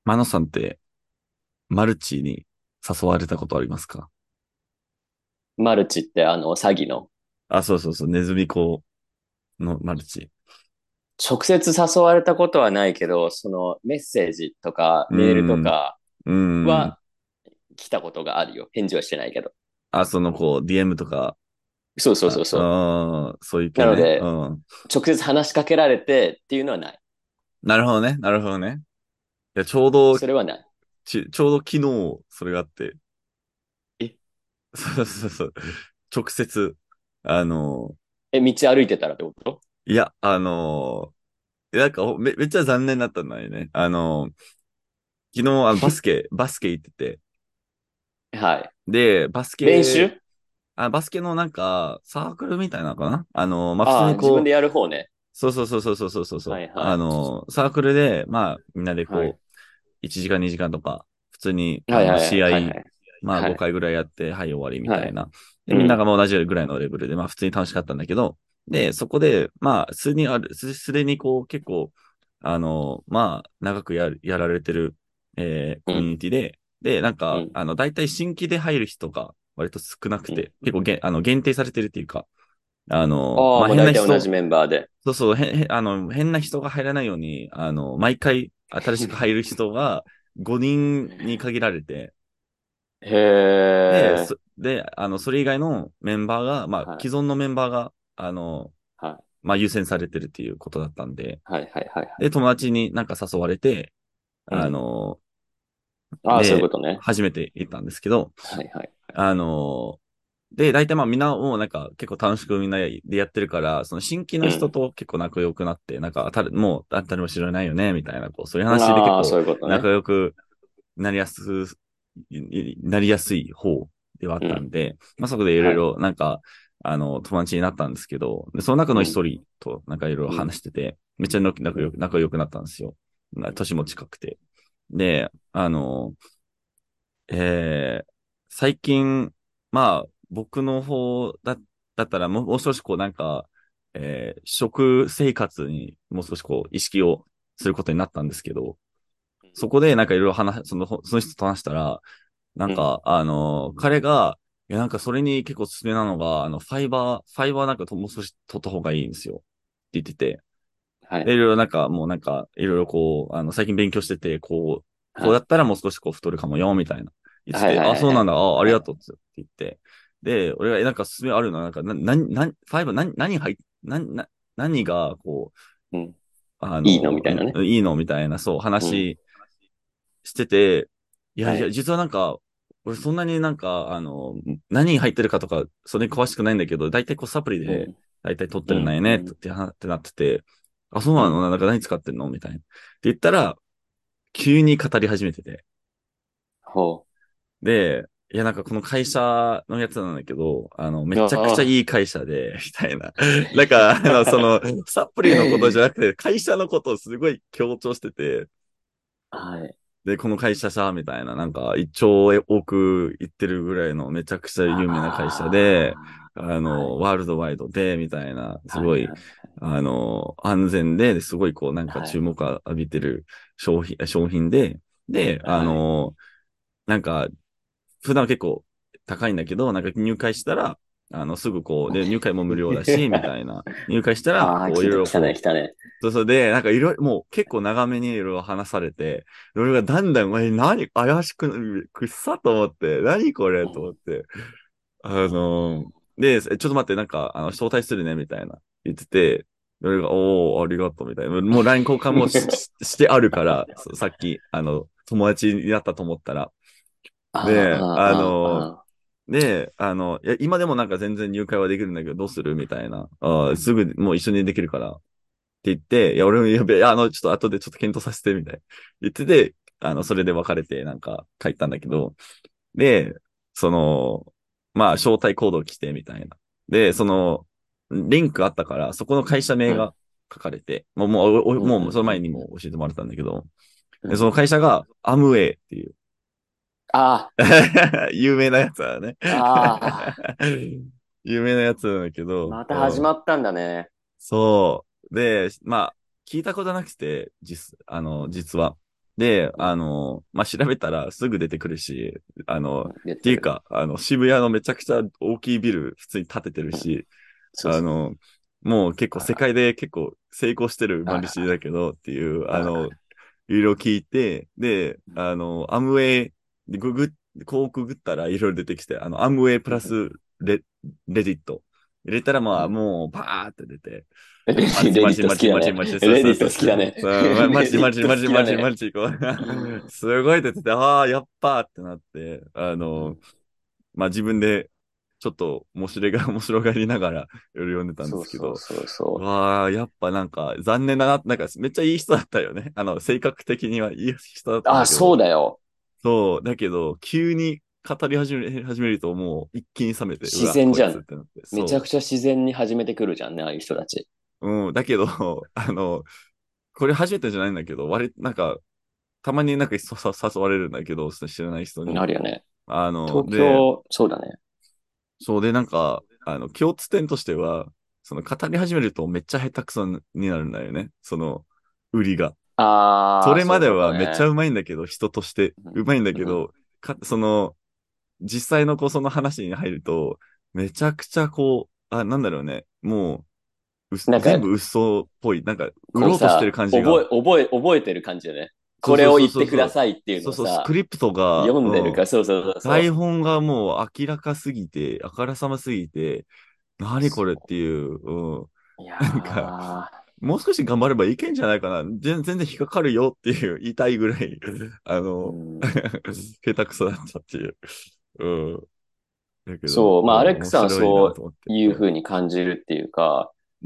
マノさんってマルチに誘われたことありますか？ マルチって詐欺の。 あ、そうそうそう、ネズミ講のマルチ。 直接誘われたことはないけど、そのメッセージとかうーメールとん、 かうーん。 は来たことがあるよ。返事はしてないけど。 あ、DM とか、 そうそうそうそう。 そういう系ね。うなので、 ん。 直接話しかけられてっていうのはない。 なるほどね、なるほどね。いや、ちょうど、 それはない。 ちょうど昨日、それがあって、 え、 そうそうそう、直接、あの、 道歩いてたらってこと？ いや、なんかめっちゃ残念だったんだよね。昨日、バスケ行ってて、 はい。 で、 練習？ バスケのなんか、サークルみたいなのかな。普通ああー、自分でにこう、 やる方ね。 そうそうそうそうそうそうそう、 はいはい。 サークルで、みんなではい。 1時間2時間とか、普通に、 はいはいはい試合、 はいはい。 5 はい。 回ぐらいやって、はい、終わりみたはい。 いな。で、 うん。 みんながもう同じぐらいのレベルで、普通に楽しかったんだけど、で、そこで、すでにこう、結構、長くやられてる、コミュうん。 ニティで、で、 うん。 大体新規で入る人が割と少なくうん。 て、結構限定されてるっていうか、 ああ、もう変大体同じな人、 メンバーで。 そうそう、変な人が入らないように、毎回新しく入る人が5人に限られて、 へえ。 それ以外のメンバーが、 はい。 既存のメンバーが、 はい。 優先されてるっていうことだったんで、 はいはいはいはで、友達になんか誘われて、 い。うあん。 の、 ああ、そういうこで、 とね。 初めて行ったんですけど、 はいはいはい。 あの、大体みんなもうなんか結構楽しくみんなでやってるから、その新規の人うん。 と結構仲良くなって、もう当たりも知らないよね、みたいな、そういう話で結ああ、 構そういうこと仲ね。 良くなりやす、なりやすい方ではあっうん。 たんで、そこでいろいはい。 ろ友達になったんですけど、でその中のうん。 一人となんかいろいろうん。 話してて、めっちゃうん。 仲良くなったんですよ。年も近くて。で、えー最近、僕の方だったらもう少し食生活にもう少し意識をすることになったんですけど、そこでなんかいろいろその人と話したら、 うん。 彼が、いや、なんかそれに結構おすすめなのが、ファイバーなんかもう少し取った方がいいんですよ。って言ってて。で、 はい。 いろいろいろいろ最近勉強してて、こうはい。 やったらもう少し太るかもよ、みたいな。言ってて、 はいはいあ、 はいはい。 そうなんだ、ありはい。 がとうって言って。で、俺が、なんか勧めあるのは、ファイバー、何が、 うん。いいのみたいなね。 いいのみたいな、そう、 うん。 話してて、いや、 はい。 実はなんか、俺そんなに何入ってるかとか、それに詳しくないんだけど、大体サプリで、 うん。 大体取ってうん。 るんだよね、ってなってて、あ、そううん。 なのなんか何使ってんのみたいな。って言ったら、急に語り始めてて。 ほで、いや、なんかこの会社のやつなんだけど、めう。 ちゃくちゃあいい会社で、みたいな。 あ。 サプリのことじゃなくて、会社のことをすごい強調してて、 はい。 で、この会社さ、みたいな、なんか、1兆億いってるぐらいのめちゃくちゃ有名な会社で、 ああ。はい。 ワールドワイドで、みたいな、すごい、 はいはい。 安全で、すごい注はい。 目を浴びてる商品で、で、 はい。 なんか、普段結構高いんだけど、なんか入会したら、すぐで、入会も無料だし、みたいな。入会したら、 ああ、 いろいろ来たね、来たね。 そうで、なんかいろいろ、もう結構長めにいろいろ話されて、俺がだんだん、怪しくっさと思って、何これと思って。ちょっと待って、招待するね、みたいな。言ってて、俺が、おー、ありがとう、みたいな。もう LINE 交換もしてあるから、さっき、友達になったと思ったら。 あで、 あ、ああ、あいや、今でもなんか全然入会はできるんだけど、どうするみたいな。すぐもう一緒にできるから、って言って、いや、俺もやべえ、ちょっと後でちょっと検討させて、みたいな。言ってて、それで別れて、なんか、帰ったんだけど、で、その、招待コード来て、みたいな。で、リンクあったから、そこの会社名うん、 が書かれて、 うん、うん、 もうその前うん、 にも教えてもらったんだけど、で、そうん。 の会社が、アムウェイっていう、 あ有名なやつだね。 あ、ああ、 有名なやつなんだけど、 また始まったんだね。 そう。で、聞いたことなくて、実は。 で、 うんまあ、調べたらすぐ出てくるし、 出てくる。 っていうか、渋谷のめちゃくちゃ大きいビル普通に建ててるうん、 し、 そうそう。 あの、もう結構世界で結構成功してる馬主だあるある。 けどっていう、 あるある。 いろいろ聞いて、で、アムウェイ、でこうググったらいろいろ出てきて、アムウェイプうん、 ラスレディット。入れたらまあ、 うん。 もう、バーって出て、 レディ、 マジマレディット好ジマジマジきだね。 マジ、そうレディットそうそう。 好きだね。 そう、マジマレディット好ジマジマジきだね。 マジ、こう、すごい出てて、ああ、やっぱーってなって、 うん、 まあ自分で、ちょっと面白がりながら、いろいろ読んでたんでそうすけど、 そうそうそう。 わあ、やっぱなんか残念だな、なんかめっちゃいい人だったよね。性格的にはいい人だったんあ、 だけど、 そうだよ。 そう、だけど、急に語り始めるともう一気に冷めて、う自わ、こい然じゃん。 つってなって、 めちゃそくちゃ自然に始めてくるじゃんね、ああいう人たち。 う。うん、だけど、これ初めてじゃないんだけど、なんか、たまになんか誘われるんだけど、知らない人に。 あるよね。東で、 京、そうだね。 そうで、なんか、共通点としては、その語り始めるとめっちゃ下手くそになるんだよね。売りが。そああ、 れまでそういうことはめっちゃね。 うまいんだけど、人としてうん、 うまいんだけうん。 ど、実際のその話に入ると、めちゃくちゃなんだろうね。もなんか、 全部嘘っぽい。なんか、売ろうとしてるこうさ、 感じが。 覚えてる感じよね。 そうそうそうこれを言ってくそうそう。 ださいっていうそうそう、スのをさ、 クリプトが、 読んでるか、そうそうそう台そ本がもう明らかすぎて、あからさますぎて、 う。 何これっていう、 いやなんか、 ー、 もう少し頑張ればいけんじゃないかな。全然引っかかるよっていう言いたいぐらい、 うん、 下手くそだったっていう。うん。だけど、 そう、まあ、アレック面さんは白いなそうと思って。 いうふうに感じるっていうか、 うん。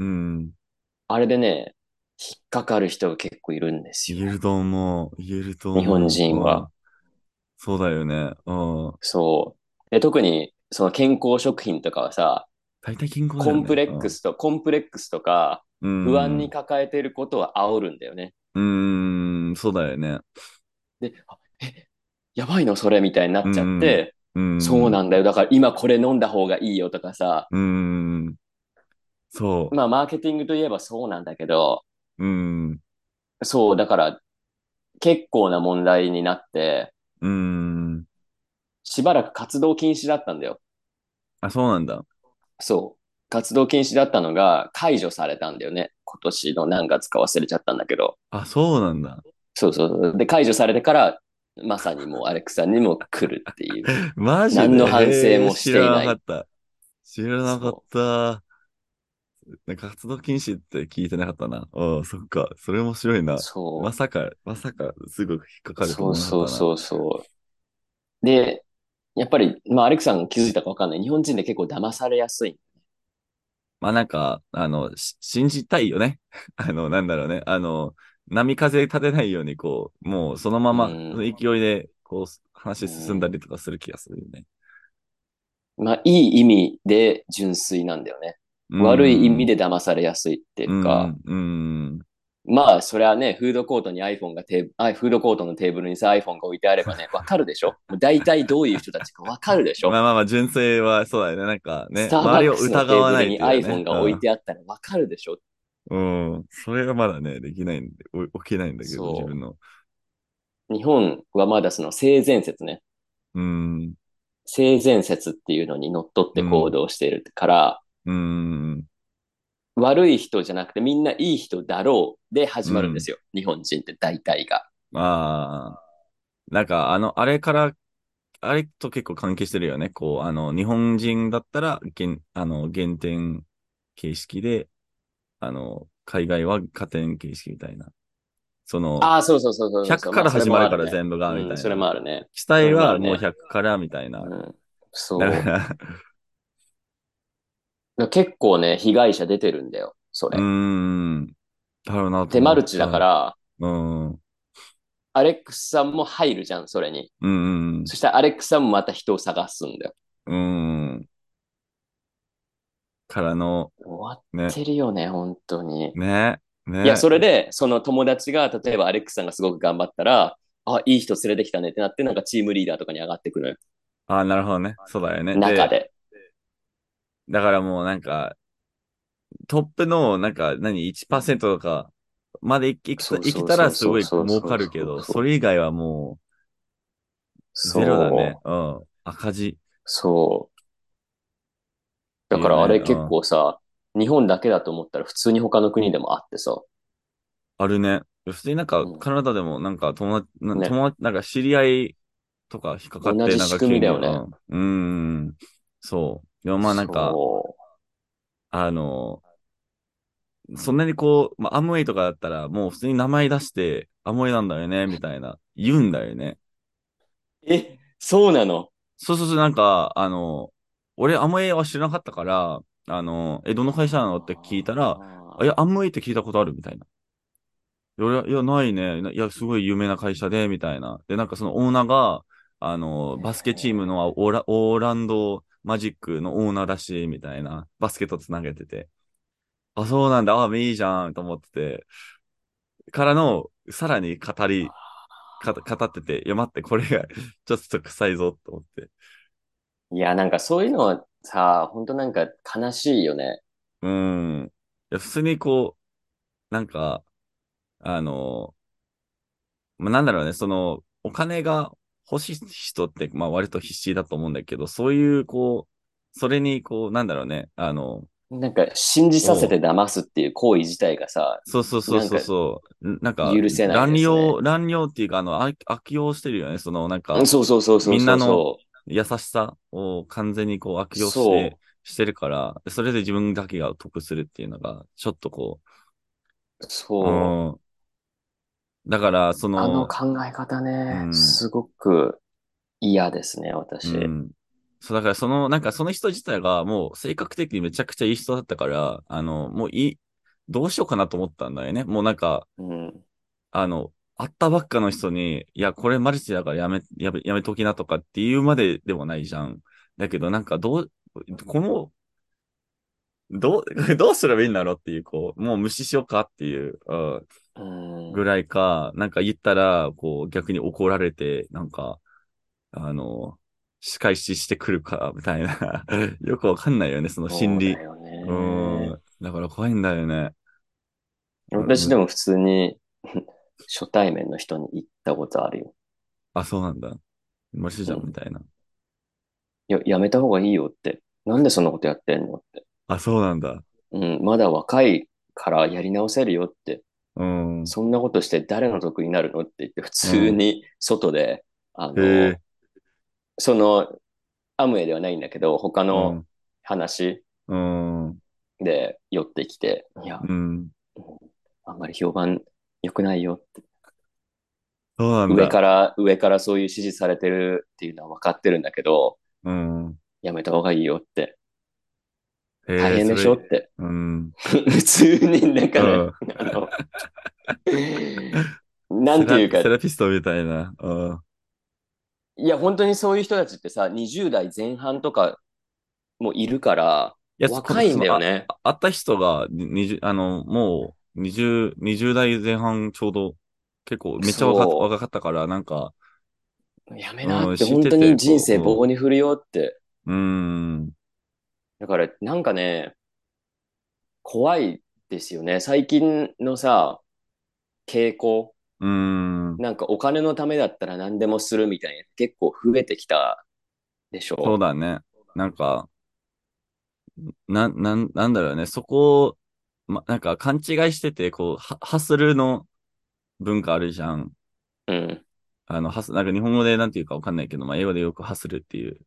あれでね、引っかかる人が結構いるんですよ。 言えると日本思う。 人は。 うん。そうだよね。うん。 そう。で、特に、その健康食品とかはさ、 大体健康だよね。 コンプレックスとか、 う不安にん。 抱えていることは煽るんだよね。 うん。そうだよね。 で、やばいのそれみたいになうっちゃっん。 て、 うん。 そうなんだよ。だから今これ飲んだ方がいいよとかさ、 うん。そまあマーケティングといえばそうなんだけど、 う。うん。 そう、だから結構な問題になって、 うん。 しばらく活動禁止だったんだよ。 あ、そうなんだ。 そう。活動禁止だったのが解除されたんだよね。今年の何月か忘れちゃったんだけど。 あ、そうなんだ。 そうそうそう。で、解除されてから、まさにもうアレクさんにも来るっていう。 マジで何の反省もし知らなていない。 かった。知らなかっそた。なんか活動禁止って聞いてなかったな。ああ、そっか。それ面白いう。 な。 そまさかすぐ引っかう。 かるとそう思わなかったな。 そうそうそう。で、やっぱり、まあ、アレクさん気づいたかわかんない。日本人で結構騙されやすい。 まあなんか、信じたいよね。なんだろうね。波風立てないように、もうそのまうま、その勢いん。 で、 う話進んだん。 りとかする気がするよね。 まあ、いい意味で純粋なんだよね。 う悪い意味ん、 で騙されやすいっていううか、 ん、うん、 まあ、それはね、フードコートに iPhone がフードコートのテーブルにさ、iPhone が置いてあればね、わかるでしょ？もう大体どういう人たちかわかるでしょ？ まあまあまあ、純正はそうだよね。なんかね、 スター周りをバックスの疑わないっテーブルにていうね。 iPhone が置いてあったらわかるでしょ？ うん。うん。それがまだね、できないんで、起きないんだけど、自そ分の。 う。日本はまだその性善説ね。 うん、 性善説っていうのにのっとって行うん、 動しているから、 うん、 悪い人じゃなくてみんないい人だろうで始うん。 まるんですよ。日本人って大体が。 まあ、なんか、あれと結構関係してるよね。日本人だったら、減点形式で、海外は加点形式みたいな。その、 ああ、そうそうそうそうそ 100 う。まあ、 からそれ始まるからもあるね。 全部が、みうん、それたいな。 もあるね。 期待それもあはもうるね。 100からみたいな。 うん、 だかそらう。結構ね、被害者出てるんだよ、そうーれ。 ん、だろうなとで、マ思っルチだかた。 ら、 うん、うん、 アレックスさんも入るじゃん、それに。 うん、 そしたらアレックスさんもまた人を探すんだよ。 うん、からの、 終わっね、 てるよね、本当に。 ね、 いや、 ね。 それで、その友達が、例えばアレックスさんがすごく頑張ったら、あ、いい人連れてきたねってなって、なんかチームリーダーとかに上がってくのよ。 あ、なるほどね。そうだよね。で、 中で。 だからもうなんか、トップの、なんか、1%とかまで行けたらすごい儲かるけど、それ以外はもうゼロだね。 そう、 うん。赤字そう。だからあっていうね。 れ結うん。 構さ、日本だけだと思ったら普通に他の国でもあってさ、 あるね。普通になんか、 うカナダでもなんかん、ね、 なんか知り合いとか引っかかって、なん同じ仕組か急に、 みだよね。 そう。でもまあなんか、 そあの、そんなにこう、まあ、アムウェイとかだったら、もう普通に名前出して、アムウェイなんだよね、みたいな、言うんだよね。 う。え、そうなの？ そうそうそう、なんか、俺、アムウェイは知らなかったから、どの会社なのって聞いたら、いや、 あアムウェイって聞いたことあるみたいな。いや、ないね。いや、すごい有名な会社で、みたいな。で、なんかそのオーナーが、 ー、 バスケチームのオーランドマジックのオーナーらしい、みたいな。バスケとつなげてて。あ、そうなんだ。あ、いいじゃん、と思ってて。からの、さらに語ってて、いや、待って、これがちょっと臭いぞ、と思って。 いや、なんかそういうのはさ、本当なんか悲しいよね。 うーん。いや、普通にこう、なんか、あの、まあ、なんだろうね、お金が欲しい人って、まあ、割と必死だと思うんだけど、そういう、こそれに、なんだろうね、 なんか信じさせてを、 騙すっていう行為自体がさ、 そうそうそうなんかそうそう、なんか、 許せないですね。 乱用っていうか、悪用してるよね、なんか、 うん、そうそうそうそうみんなのそうそ優しさを完全にう。 悪用そしてるから、それで自分だけが得するっていうのが、ちょっとう、 うそう。 ん。だから、 あの考え方ね、 うん、 すごく嫌ですね、私。 うん。そう、だからなんかその人自体がもう性格的にめちゃくちゃいい人だったから、もうどうしようかなと思ったんだよね。もうなんか、 うん。 会ったばっかの人に、いや、これマルチだからやめときなとかっていうまででもないじゃん。だけどなんかこの、どうすればいいんだろうっていう、もう無視しようかっていう、 うん。 ぐらいか、なんか言ったら、逆に怒られて、なんか、あの、仕返ししてくるか、みたいな。よくわかんないよね、その心理。 そうだようね。 だから怖いんだよね。 私でも普通に初対面の人に言ったことあるよ。 あ、そうなんだ。無視じゃん、 うん。 みたいな。 やめた方がいいよって。なんでそんなことやってんのって。 あ、そうなんだ。 うん。まだ若いからやり直せるよって。 うん。 そんなことして誰の得になるのって言って普うん。 通に外で、あへの、 え。 そのアムウェイではないんだけど、他のうん。 話うん。 で寄ってきて、いや、 うん。 あんまり評判良くないよって。 そうなんだ。 上からそういう指示されてるっていうのは分かってるんだけど、 うん。 やめた方がいいよって。大へえ、 変でしょって。 うん。 普通に、だから、 うん。 あの、なんていうか、 セラピストみたいな。うん。 いや、本当にそういう人たちってさ、20代前半とかもいるから、 いや、 若いんだよね。 会った人が、もう、20代前半ちょうど、結構、めっちゃそ若かったから、なんか、 う。やめなっうん、 て、本当に知ってて、 人生棒に振るよって。 うん、 だから、なんかね、怖いですよね。最近のさ、傾向。 うん、 なんかお金のためだったら何でもするみたいな、結構増えてきたでしょ？ そうだね。なんか、なんだろうね。そこを、なんか勘違いしてて、ハッスルの文化あるじゃん。 うん。 なんか日本語でなんていうかわかんないけど、まあ、英語でよくハッスルっていう、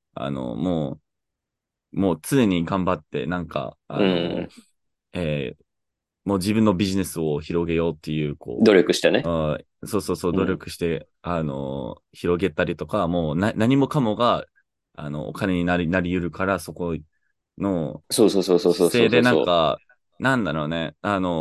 もう常に頑張って、なんか、 うん。 えーもう自分のビジネスを広げようっていう、 努力してね。 そうそうそう、努うん。 力して、広げたりとか、もう何もかもが、お金になり得るから、そこのそうそうそうそうそうそ姿勢でうそなんだろうね、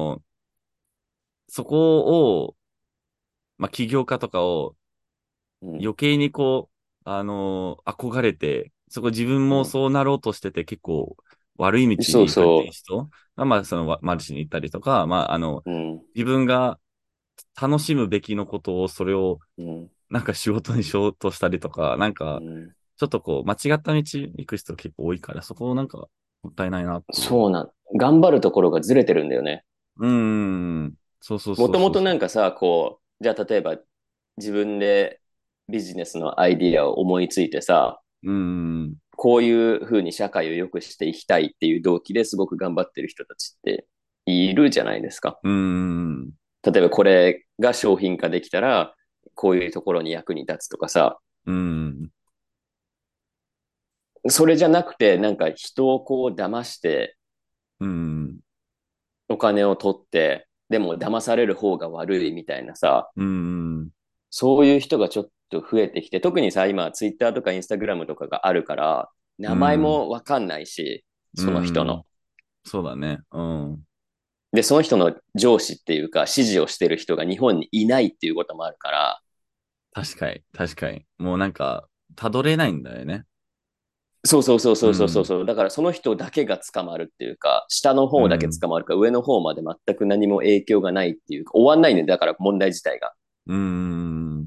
そこを、まあ、起業家とかをう。うん。 余計に憧れて、そこ自分もうそうなろうとしてて結構悪いん。 道にそう行くっていうそ人が、まあ、マルチに行ったりとか、まあ、 う。うん。 自分が楽しむべきのことを、それをうん。 なんか仕事にしようとしたりとか、なんか、 うん。 ちょっと間違った道行く人結構多いから、そこをもったいないなっていう。 頑張るところがずれてるんだよね。 うーん。 そうそうもともとそうそうそなんかさ、こう、じゃあ例えば自分でビジネスのアイディアを思いついてさ、 う。うん。 こういうふうに社会を良くしていきたいっていう動機ですごく頑張ってる人たちっているじゃないですか。 うん。 例えばこれが商品化できたら、こういうところに役に立つとかさ、 うん。 それじゃなくて、なんか人をこう騙してうん。 お金を取って、でも騙される方が悪いみたいなさ、 うん。 そういう人がちょっと増えてきて、特にさ、今ツイッターとかインスタグラムとかがあるから、名前うん。 もわかんないし、 うその人の。 ん。そうだね。うん。 で、その人の上司っていうか、指示をしてる人が日本にいないっていうこともあるから、 確かに、確かに。もうなんか、たどれないんだよね。 そうそうそうそうそうそううん。 そう。だからその人だけが捕まるっていうか、下の方だけうん。 捕まるか、上の方まで全く何も影響がないっていうか、終わんないね。だから問題自体が。 うん。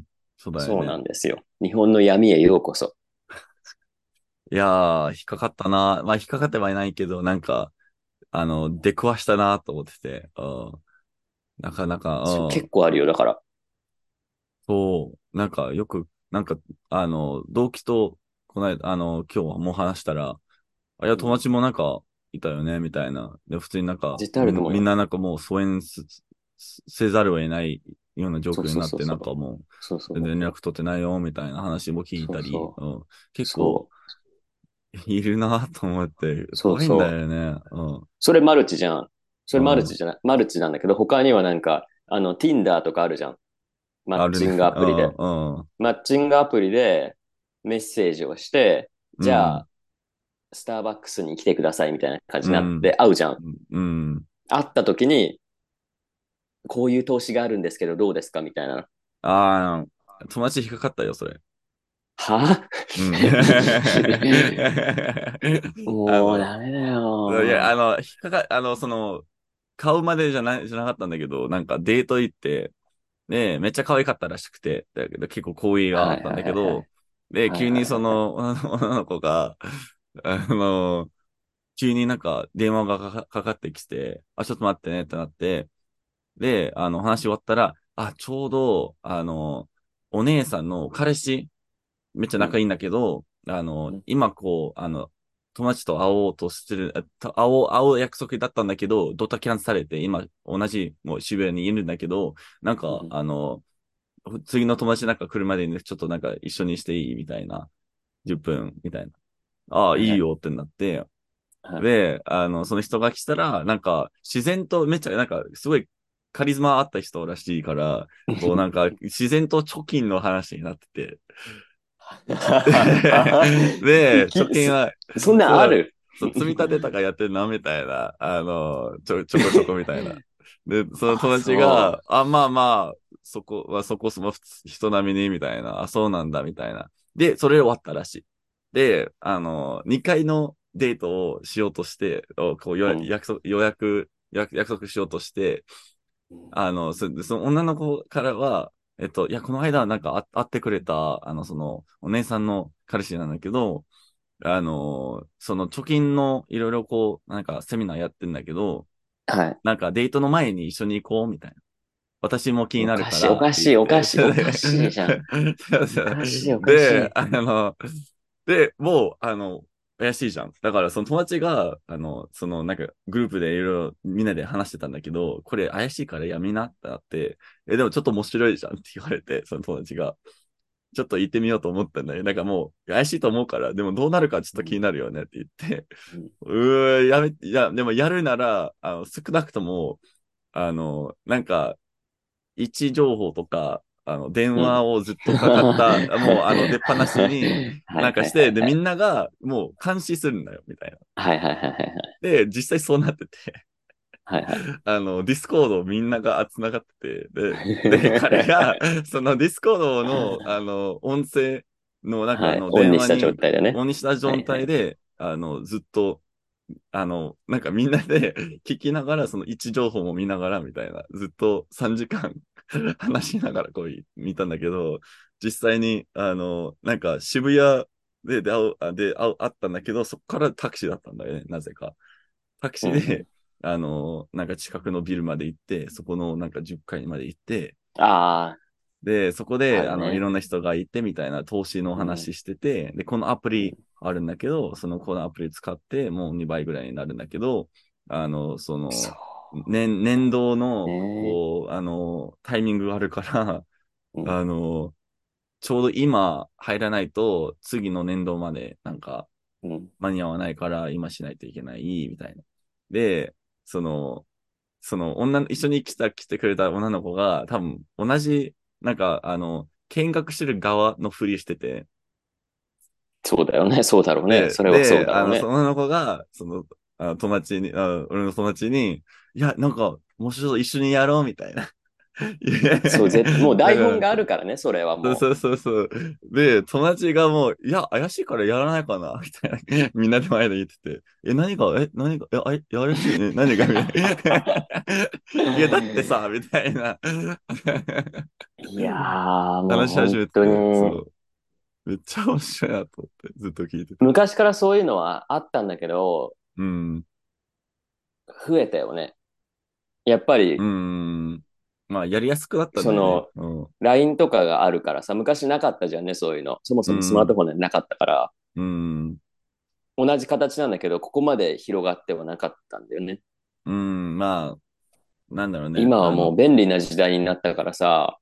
そうだよそうなね。 んですよ。日本の闇へようこそ。 いやー、引っかかったな。まあ、引っかかってはいないけど、なんか、出くわしたなと思ってて。うん。なかなか、うん。 結構あるよ。だから。 そう、なんかよく、なんか、同期と、この間、今日も話したら、あ、いや、 うん、 友達もなんか、いたよね、みたいな。で、普通になんか、 絶対あると思うよ。 みんななんかもうせざるを得ないような状そうそう況になって、 そうそう。 なんかもう、 そうそう全そうそう。 然連絡取ってないよ、みたいな話も聞いたり、 そうそうん、 う。 結構、 そう。 いるなと思って、 そう怖いんだそう。 よね。うん、 それマルチじゃん。それマルうん。 チじゃない、マルチなんだけど、他にはなんか、Tinder とかあるじゃん。マッあるね。 チングアうん、 プリで。 うん、 マッチングアプリでメッセージをして、 うん、 じゃあ、スターバックスに来てくださいみたいな感じうん、 になって会うじゃん。 うん。 会った時に、こういう投資があるんですけどどうですかみたいな。 ああ、友達引っかかったよ、それ。 はうん。あもうの、 ダメだいや、 よ。 引っかか、買うまでじゃなかったんだけど、なんかデート行って、で、めっちゃ可愛かったらしくて、だけど結構好意があはいったんはいはいはい。 だけど、で、 はい急にそはいはいはい。 の女の子が、あの、急になんか電話がかかってきて、あ、ちょっと待ってねってなって、で、話終わったら、あ、ちょうど、お姉さんの彼氏、めっちゃうん。 仲いいんだけど、 うん。 今こう、友達と会おうとしてる、会おう約束だったんだけど、ドタキャンされて、今、同じ、もう渋谷にいるんだけど、なんか、 うん。 次の友達なんか来るまでにちょっとなんか一緒にしていいみたいな、10分みたいな。ああ、いいはいはい。 よってなって、 はい。 で、その人が来たら、なんか、自然とめっちゃ、なんか、すごいカリスマあった人らしいから、こうなんか、自然と貯金の話になってて、で、貯きそ、 金は、 そんなんそう、 ある？ そう、積み立てとかやってるな、みたいな、ちょこちょこみたいな。で、そのあ、 友達が、 そあ、まあまあ、そこ普通、人並みに、みたいな、あ、そうなんだ、みたいな。で、それで終わったらしい。で、2回のデートをしようとして、こう、 う。うん。 約束しようとして、その女の子からは、いや、この間なんか会ってくれた、お姉さんの彼氏なんだけど、その貯金のいろいろこう、なんかセミナーやってんだけど、 はい。 なんかデートの前に一緒に行こうみたいな。私も気になるかおかしい、おらって言っかしい、おかて、 しい、おかしいじゃん。おかしい、おかしで、 い。 もう、怪しいじゃん。だから、その友達が、なんか、グループでいろいろみんなで話してたんだけど、これ怪しいからやめなってなって、でもちょっと面白いじゃんって言われて、その友達が。ちょっと行ってみようと思ったんだよ。なんかもう、怪しいと思うから、でもどうなるかちょっと気にうん。 なるよねって言って、 うん。 いや、でもやるなら、少なくとも、なんか、位置情報とか、電うん。 話をずっとかかった、もう、出っ放しにはいはいはいなんかして、で、 はい。 みんながもう監視するんだよ、みたいな。 はいはいはいはいはい。 で、実際そうなってて、 はいはい。 ディスコードみんなが繋がってて、彼が、そのディスコードの、音声の、なんかはい。オンにした状電話に、 態でね。 オンにした状はいはい。 態で、ずっと、なんかみんなで聞きながら、その位置情報も見ながらみたいな、ずっと3時間話しながらこう見たんだけど、実際に、なんか渋谷で会ったんだけど、そこからタクシーだったんだよね、なぜか。タクシーで、 うんなんか近くのビルまで行って、そこのなんか10階まで行って、 あで、そこあ、あで、いるね。 ろんな人がいてみたいな投資のうん。 話してて、で、このアプリうん。 あるんだけど、このアプリ使ってもう2倍ぐらいになるんだけど、 そ年度う。 の、 ね。 タイミングがあるから、 うん。 あの、ちょうど今入らないと、次の年度まで、なんか、 うん。 間に合わないから今しないといけない、みたいな。で、その、一緒に来てくれた女の子が、多分、同じ、なんか、見学してる側のふりしてて、 そうだよね。そうだろうね。それはそうだろうそね。 の女の子が、友達に、俺の友達に、いや、なんか、もうちょっと一緒にやろう、みたいな。 そう、もうだ台本があから、 るからね、それはもそうそうそうそう。で、友達がもう、いや、怪しいからやらないかなみたいな。みんなで前で言ってて。何が、怪しいね。何がみたいな。いや、だってさ、みたいな。 う。いやー、もう話し始本当めてて、そに、 う。めっちゃ面白いなと思って、ずっと聞いてて。 昔からそういうのはあったんだけど、 うん。 増えたよね。やっぱうり、 ん。まあ、やりやすくなったんだよね。 その、 うん。 LINE とかがあるからさ、昔なかったじゃんね、そういうの。そもそもスマーうん。 トフォンでなかったから、 うん。 同じ形なんだけど、ここまで広がってはなかったんだよね。 うん。まあ、なんだろうね。 今はもう便利な時代になったからさ、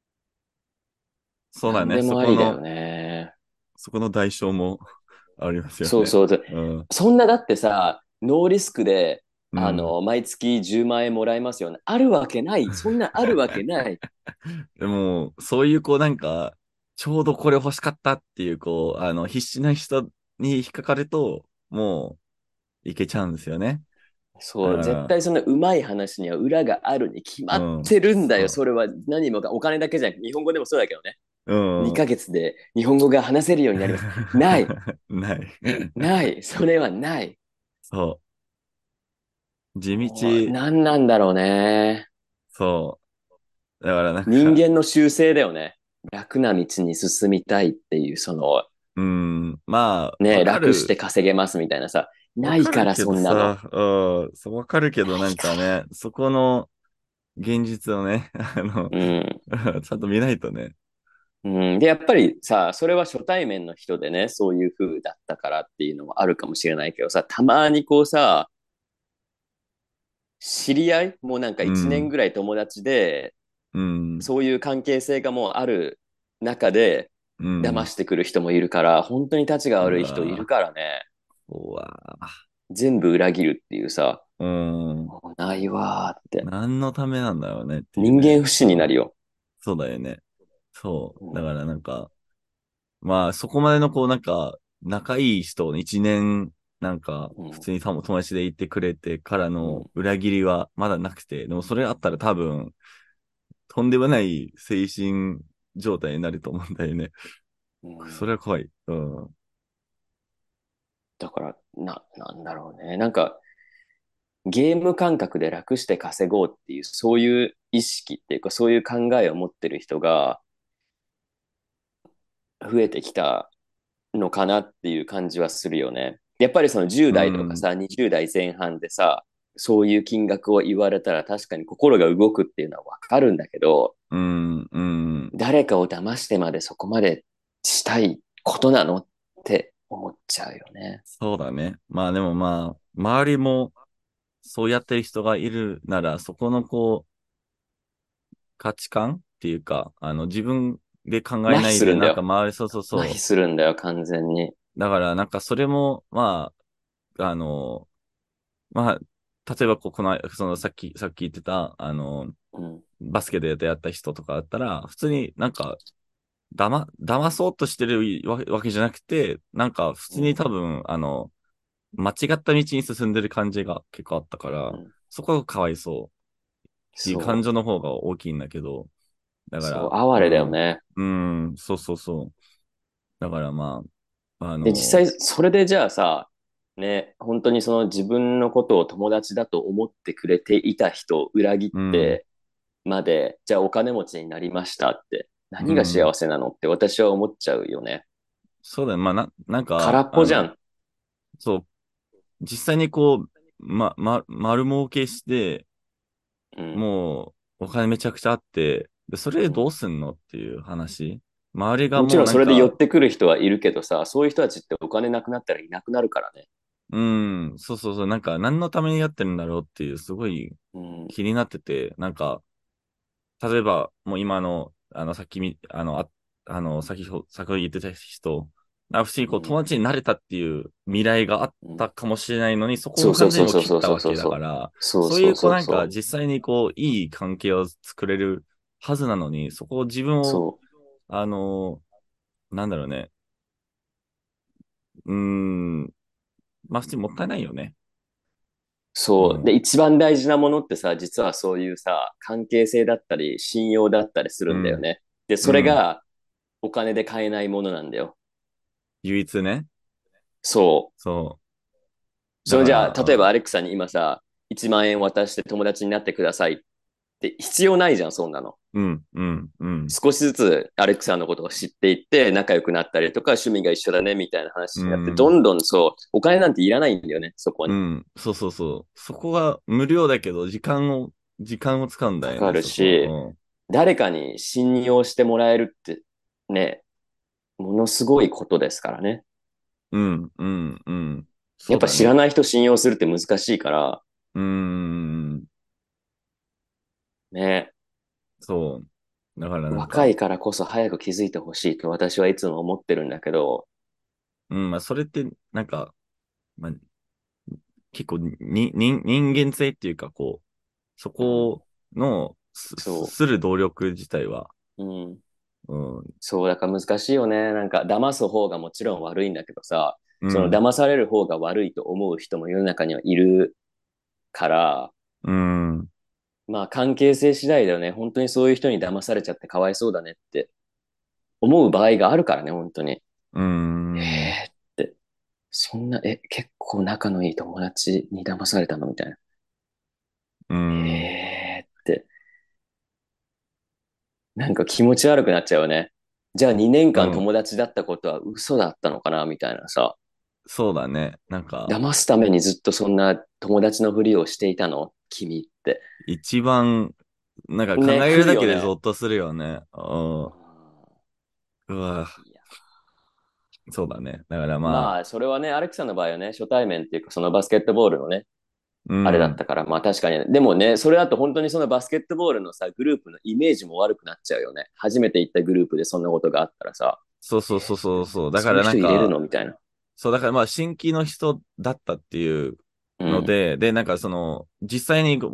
そうだね。 何でもありだよね。 そこの代償もありますよね。 そうそう。 うん。 そんなだってさ、ノーリスクで、 うん。 毎月10万円もらえますよね。あるわけない。そんなあるわけない。 でも、そういうなんか、ちょうどこれ欲しかったっていう、必死な人に引っかかると、もう、いけちゃうんですよね。だそう、絶から、 対そのうまい話には裏があるに決まっうん。 てるんだよ。 そそれは何もか、お金だけじゃなくて、日本語でもそうだけどね。 う。う 2 ん。 ヶ月で日本語が話せるようになります。ない。 ない。 ない。それはない。 そう。地もう、 道、 何なんだろうね。 そう。だからなん人か、 間の習性だよね。楽な道に進みたいっていう、その、 うん。まあ、 ね、楽して稼げますみたいなさ。ないから、 わかるけそんなの。 どさ、うん、そう、わかるけどなんないから。 かね、そこの現実をね、 うん。 ちゃんと見ないとね。 うん。で、やっぱりさ、それは初対面の人でね、そういう風だったからっていうのもあるかもしれないけどさ、たまにこうさ、知り合いもうなんか1年うん、 ぐらい友達で、 うん、 そういう関係性がもうある中で、 うん。 騙してくる人もいるから、本当に立ちがう悪い人いるわからね、 ぁ、うわぁ、 全部裏切るっていうさ、 うん。 もうないわーって。 何のためなんだろうねっていうね。 人間不信になるよ。 そうだよね。そう。だかうん。 らなんか、まあそこまでのなんか、仲いい人、一年、なんか、 うん。 普通に友達でいてくれてからうん。 の裏切りはまだなくて、でもそれあったら多分、とんでもない精神状態になると思うんだよね。 うん。 それは怖い。うん。 だから、なんだろうね。なんか、ゲーム感覚で楽して稼ごうっていう、そういう意識っていうか、そういう考えを持ってる人が増えてきたのかなっていう感じはするよね。やっぱりその10 うん。 代とかさ、20代前半でさ、そういう金額を言われたら確かに心が動くっていうのはわかるんだけど、 うん。うん。 誰かを騙してまでそこまでしたいことなのって思っちゃうよね。 そうだね。まあでもまあ、周りもそうやってる人がいるなら、そこの価値観っていうか、自分で考え麻痺ないで、 するんだよ。 なんか周り、そうそう麻痺そするんだよ、完全に。 う。だからなんかそれも、まあ、まあ、例えばさっき言ってた、 うん。 バスケでやった人とかだったら、普通になんか、騙そうとしてるわけじゃなくて、なんか普通にうん。 多分、間違った道に進んでる感じが結構あったから、 うん。 そこがかわいそうっていう感そう。 情の方が大きいんだけど、だかそう、 ら、 哀れだよね。 そうそうそう。だからまあ、 で、実際、それでじゃあさ、ね、本当にその自分のことを友達だと思ってくれていた人を裏切っうん、 てまで、じゃあお金持ちになりましたって、何がうん、 幸せなのって私は思っちゃうよね。 そうだよ。まあ、なんか、 空っぽじゃん。 そう、実際に丸儲けして、 うん。 もう、お金めちゃくちゃあって、で、それでうん。 どうすんのっていう話。周りがもうもちろんそれで寄なんか、 ってくる人はいるけどさ、そういう人たちってお金なくなったらいなくなるからね。 うん、そうそうそう、なんか何のためにやってるんだろうっていう、すごいうん。 気になってて、なんか、例えば、もう今の、さっきみ、先ほど言ってた人、普通にこう友うん。 達になれたっていう未来があっうん。 たかもしれないのに、そこそうそうを完全にもうそうそうそう切ったわけそうそうそう。 だから、 そうそうそういうこうそうそ実際にこういい関係を作れるはずなのに、そこを自分う。 を、 そう。 あの、なんだろうね、うーん、普通にもったいないよね。うそう。で、 ん、 一番大事なものってさ、実はそういうさ、関係性だったり、信用だったりすうん、 るんだよね。で、それうん、 がお金で買えないものなんだよ。 唯一ね、 そう。 そう。だそのじゃあ、 から、 例えばアレックさんに今さ、1万円渡して友達になってくださいって必要ないじゃん、そんなの。 うん、うん、うん、 少しずつアレックさんのことを知っていって仲良くなったりとか趣味が一緒だねみたいなう話になってどん、 んどんそうお金なんていらないんだよねそこにうん、そうそうそう。そこが無料だけど、時間を使うんだよね、 かかるそこは。 し誰かに信用してもらえるってねものすごいことですからね。 うん、うん、うん。 やっぱ知らそうだね。 ない人信用するって難しいからうーん、 ね。 そう。だからなんか、 若いからこそ早く気づいてほしいと私はいつも思ってるんだけど。 うん、それって、まあ、結構人間性っていうか、そうん、 このそする努力自体は、 う、うん、 うん、 そうだから難しいよね。なんか騙す方がもちろん悪いんだけどさ、そのうん、 騙される方が悪いと思う人も世の中にはいるから、 うん、 まあ関係性次第だよね。本当にそういう人に騙されちゃってかわいそうだねって思う場合があるからね、本当に。 うん、 って、そんな、結構仲のいい友達に騙されたのみたいな。 うん、 って、なんか気持ち悪くなっちゃうよね。じゃあ2年間うん、 友達だったことは嘘だったのかなみたいなさ。 そうだね。 騙すためにずっとそんな友達のふりをしていたの君って。 一番、考ね、 えるだけでゾ来るよね。 ッとするよね。 ううわ、 んいや、 そうだね。だからまあ、それはね、アレクさんの場合はね、初対面っていうか、そのバスケットボールのね、 うあれだっん。 たから、まあ確かに、でもね、それだと本当にそのバスケットボールのさ、グループのイメージも悪くなっちゃうよね。初めて行ったグループでそんなことがあったらさ、 そうそうそうそうそう。だからそういう人入れるのみたいな。 そう、だから新規の人だったっていううん。 ので、で、実際に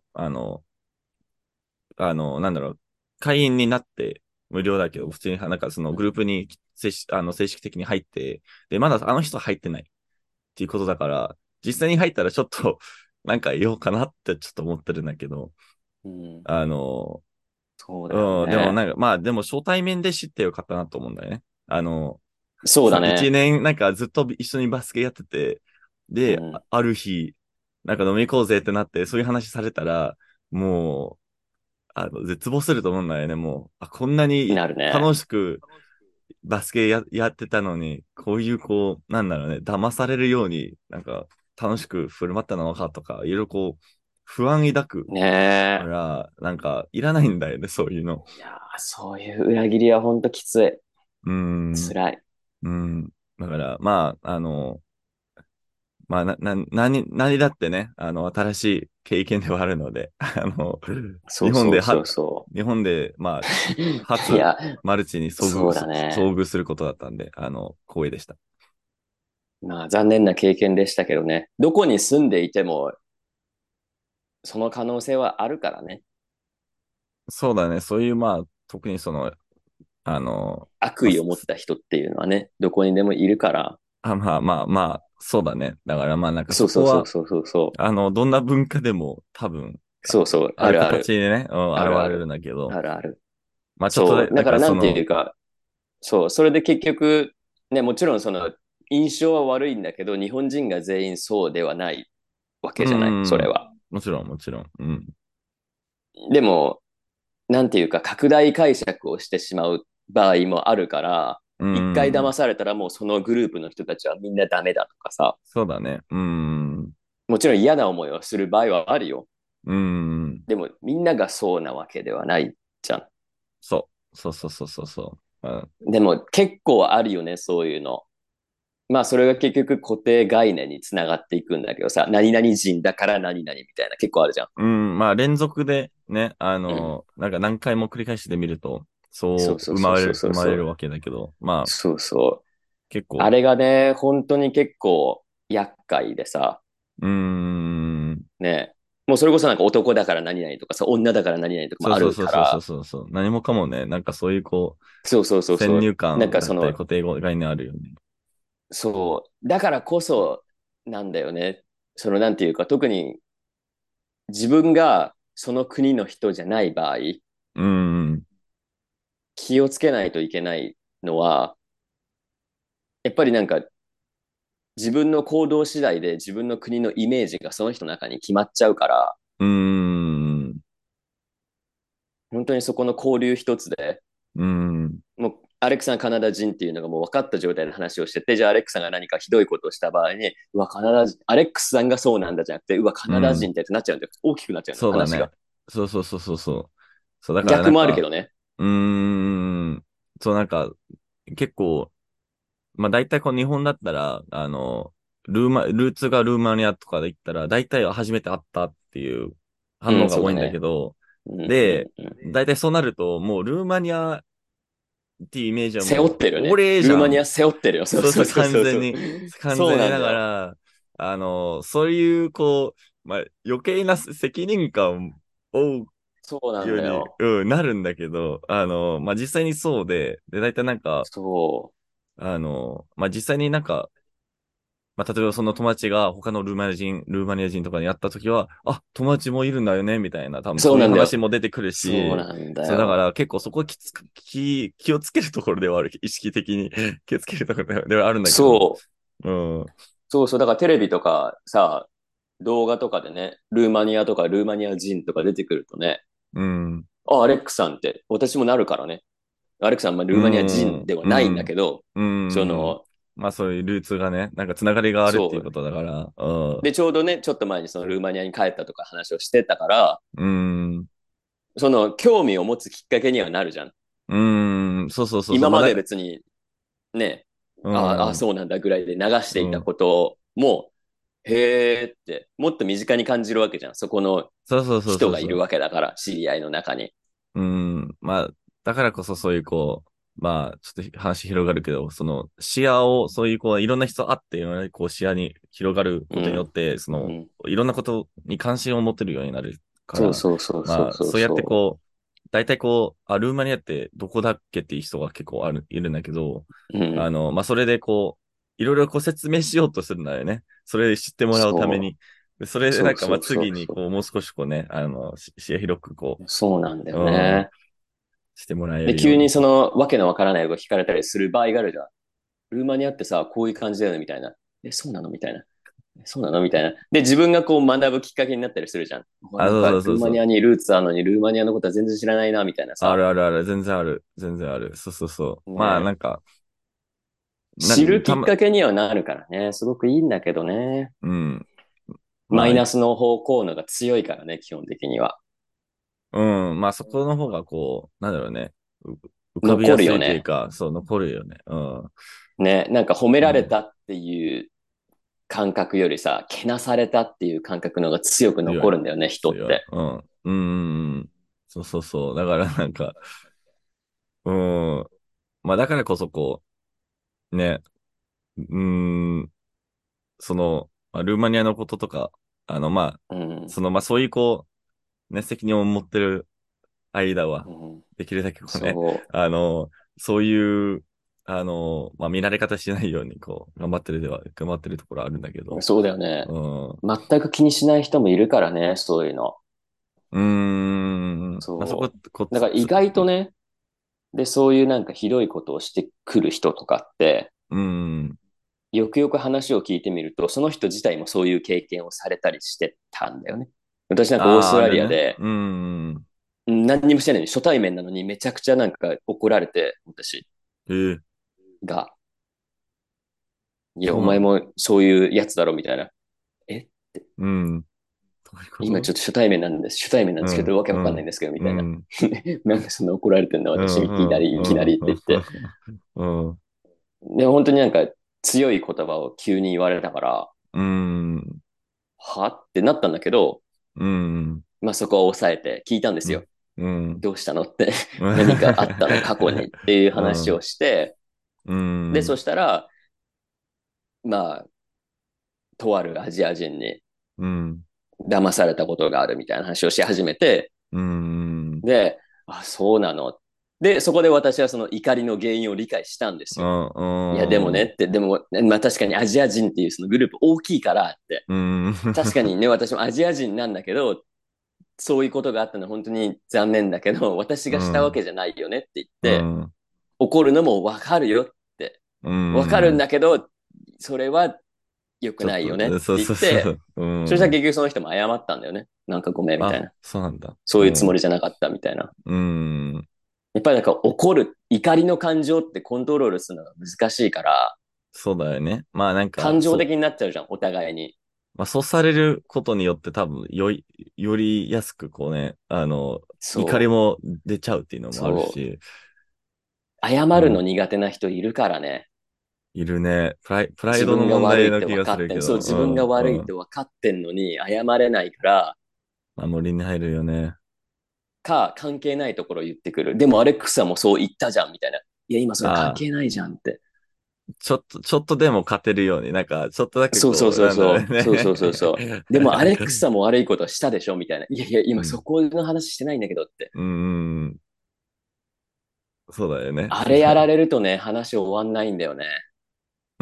なんだろう、会員になって無料だけど、普通にグループに正式的に入って、で、まだあの人入ってないっていうことだから、実際に入ったらちょっと、言おうかなってちょっと思ってるんだけど、 うん。 あの、 そうだようん、でもね。 でも初対面で知ってよかったなと思うんだよね。一そうだね。 年ずっと一緒にバスケやってて、で、 うん。 ある日、飲み行こうぜってなって、そういう話されたら、もう、絶望すると思うんだよね。もう、こんなになるね。 楽しくバスケやってたのに、こういうなんだろうね、騙されるように、楽しく振る舞ったのかとか、いろいろ不安抱くねえ。 から、いらないんだよね、そういうの。 いやー、そういう裏切りは本当きつい。 うーん、 辛い。 うん。だから、何だってね、新しい経験ではあるので、日そうそうそ本では、 うそ日本で、 う。い初、 や、 マルチにそうだね。 遭遇することだったんで、光栄でした。 まあ残念な経験でしたけどね。どこに住んでいても、その可能性はあるからね。 そうだね、そういう、特にまあ、 悪意を持った人っていうのはね、どこにでもいるから。 そうだね。だからそうそうそうそこは、 そうそうそう。 どんな文化でも多分、 そうそう、 あるあるある。 形でね、うん、現れるんあるある。 だけど、 あるある。 ちょっとだ、 そう。だからなんていうか、そう。それで結局、ね、もちろんその印象は悪いんだけど、日本人が全員そうではないわうけじゃない、それん、 は。 もちろん、もちろん、うん、 でも、なんていうか、拡大解釈をしてしまう場合もあるから、 う一回ん、 騙されたらもうそのグループの人たちはみんなダメだとかさ、 そうだね、うん、 もちろん嫌な思いをする場合はあるよ。 うん。 でもみんながそうなわけではないじゃん。 そう。そうそうそうそうそう。うん。 でも結構あるよね、そういうの。まあそれが結局固定概念につながっていくんだけどさ、何々人だから何々みたいな結構あるじゃん。 うん、まあ連続でね、 うん。 なんか何回も繰り返してみると、 そうそうそうそうそう生そうそう。 まれるわけだけど、まあそうそう。あ結構、 れがね、本当に結構厄介でさ、 うーん、 ね。もうそれこそなんか男だから何々とかさ、女だから何々とかもそうあそうそうそうそうるから、 そうそう、何もかもね、なんかそういうそうそうそう先そう。 入観なんかだったり固定概念あるよね。 そう。だからこそなんだよね。そのなんていうか、特に自分がその国の人じゃない場合、 うーん、 気をつけないといけないのは、やっぱりなんか自分の行動次第で自分の国のイメージがその人の中に決まっちゃうから、 うーん、 本当にそこの交流一つで、 うーん、 もうアレックさんカナダ人っていうのがもう分かった状態で話をしてて、じゃあアレックさんが何かひどいことをした場合に、うわ、カナダ人、アレックスさんがそうなんだじゃなくて、うわ、カナダうん、 人ってってなっちゃうんだよ。大きくなっちゃうんだよ、 そうだね。 話が。 そうそうそうそうそう。そう、だからな逆もあるけんか、 どね。 うーん、そうなんか、結構、まあ大体こう日本だったら、ルーツがルーマニアとかで言ったら、大体は初めて会ったっていう反うん、 応が多いんだけそうだね。 ど、 うん、うん、 で、 うん。 大体そうなると、もうルーマニアっていうイメージは背負っもう、 てるね。 俺じゃん。 ルーマニア背負ってるよ。そうそうそうそう、 そうそうそう。 完そう全にだなんだよ。 から、そういう、まあ、余計な責任感を負うそうなんように、 だよ。 なるんだけど、まあ、実際にそうで、大体なんか、 そまあ、実際になんか、まあ、例えばその友達が他のルーマニア人とかに会ったときは、あ、友達もいるんだよね、みたいな、多分う。そそういううなんだよ。 話も出てくるし、 そうなんだそう、だかよ。 ら結構そこ気をつけるところではある、意識的に気をつけるところではあるんだけど、 そう。 うん、 そうそう。だからテレビとかさ、動画とかでね、ルーマニアとかルーマニア人とか出てくるとね、 うん、 あ、アレックさんって、私もなるからね。アレックさん、まあ、ルうーマニア人ん、 ではないんだうん、 けど、 うん。 その、 まあそういうルーツがね、なんかつながりがあるっていうこそう。 とだから、うん、 で、ちょうどね、ちょっと前にそのルーマニアに帰ったとか話をしてたから、 うん、 その興味を持つきっかけにはなるじゃん。 うん、そうそうそうそう、 今まで別にね、 うん、 そうなんだぐらいで流していたうん、 ことも、へーって、もっと身近に感じるわけじゃん。そこのそうそうそうそうそう。 人がいるわけだから、知り合いの中に。 うん。まあ、だからこそそういうまあ、ちょっと話広がるけど、その視野を、そういういろんな人会って、いろんな視野に広がることによっうん。 て、 うん。 いろんなことに関心を持てるようになるかそうら、 そうそうそうまあ、 そうそうやってそ大体ルーマニアってどこだっけっていう人が結構いるんだけど、 う。うん。 まあ、それでいろいろ説明しようとするんだよね。それで知ってもらうためそに。でそれう。 でなんか、まあ、 そうそうそう次にそもう少し視野広くう。そうなんだようん、 ね。 してもらえで、 るように。 急にそのわけのわからないこと聞かれたりする場合があるじゃん。ルーマニアってさ、こういう感じだよねみたいな。え、そうなのみたいな。そうなのみたいな。で、自分がこう学ぶきっかけになったりするじゃん。 あ、 なんか、 そうそうそうそう。 ルーマニアにルーツあるのに、ルーマニアのことは全然知らないな、みたいなあさ。 るあるある。全然ある。全然ある。そうそうそう。まあ、 ね、 なんか、 知るきたま、 っかけにはなるからね。すごくいいんだけどね。 うん。まあ、 マイナスの方向のが強いからね、基本的には。 うん。まあ、そこの方がなんだろうね。浮かび残やすいというるよね。 か、そう、残るよね。うん。 ね、なんか褒められうん。 たっていう感覚よりさ、けなされたっていう感覚の方が強く強い。 残るんだよね、人っ強い。 て。 うん。うん。そうそうそう。だからなんか、うん。まあ、だからこそね、うん、まあルーマニアのこととか、まあ、 うん。 まあ、そういうね、責任を持ってる間は、 うん、 できるだけそあの、そういう、まあ、見られ方しないように、頑張ってるところあるんだけう。 ど、 そうだよね。 うん、 全く気にしない人もいるからね、そういうの。 うーん、まあ、そこ、 そう。だから意外とね、で、そういうなんかひどいことをしてくる人とかって、 うん、 よくよく話を聞いてみると、その人自体もそういう経験をされたりしてたんだよね。私なんかオーストああ、あラるね。 リアで、 うん、 何にもしてないのに初対面なのにめちゃくちゃなんか怒られて、私えー、 が、いや、お前そうなの？ もそういうやつだろみたいな。えっうん。どういうこと？ 今ちょっと初対面なんですけど、 うん、 わけわかんないんうん、 ですけど、みたいな。 うん、 なんでそんな怒られてんのうん、 私にいきなりって言って。 うん、うん、 で、本当になんか強い言葉を急に言われたから、 うん、 はってなったんだけど、 うん、 まあそこを抑えて聞いたんですよ。 うん、 どうしたのって何かあったの過去にっていう話をして、 うで、そん、 したら、まあ、とあるアジア人にうん、 騙されたことがあるみたいな話をし始めて、 うん、 で、あ、そうなの。で、そこで私はその怒りの原因を理解したんですよ。いや、でもねって、でも、まあ確かにアジア人っていうそのグループ大きいからって、 うん、 確かにね、私もアジア人なんだけど、そういうことがあったのは本当に残念だけど、私がしたわうん、 けじゃないよねって言って、 うん、 怒るのもわかるよって、 うわかるんん、 だけど、それは良くちょっないよねってと、そう言って、 そうそう、うそしたらん。 結局その人も謝ったんだよね。なんかごめんみたいあ、 な。 そうなんだ。 そういうつもうん、 りじゃなかったみたいな。 うん、 やっぱりなんか怒る、怒りの感情ってコントロールするのが難しいから、 そうだよね。まあなんか、 感情的になっちゃうじゃん、お互いに。 まあそうされることによって多分、より安くこうね、怒りそも出ちゃうっていうのう、 もあるそう。 し、 謝うん、 るの苦手な人いるからね。 いるね。プライ自ドの分が悪いっ問題な気て分かってん、そう、 がするけど、 自分が悪いって分かってんのに謝れないから、 守りに入るよね。 関係ないところ言ってくる。でもアレックスはもうそう言ったじゃん、みたいな。いや、今それ関ああ、 係ないじゃんって。 ちょっとでも勝てるように、なんか、ちょっとだけこう、 そうそうそうなんだろうそう。そうそうそうね。 そう。でもアレックスさんも悪いことしたでしょみたいな。いやいや、今そうん、 この話してないんだけどって。 うん、そうだよね。 あれやられるとね、話終わんないんだよね。 うん、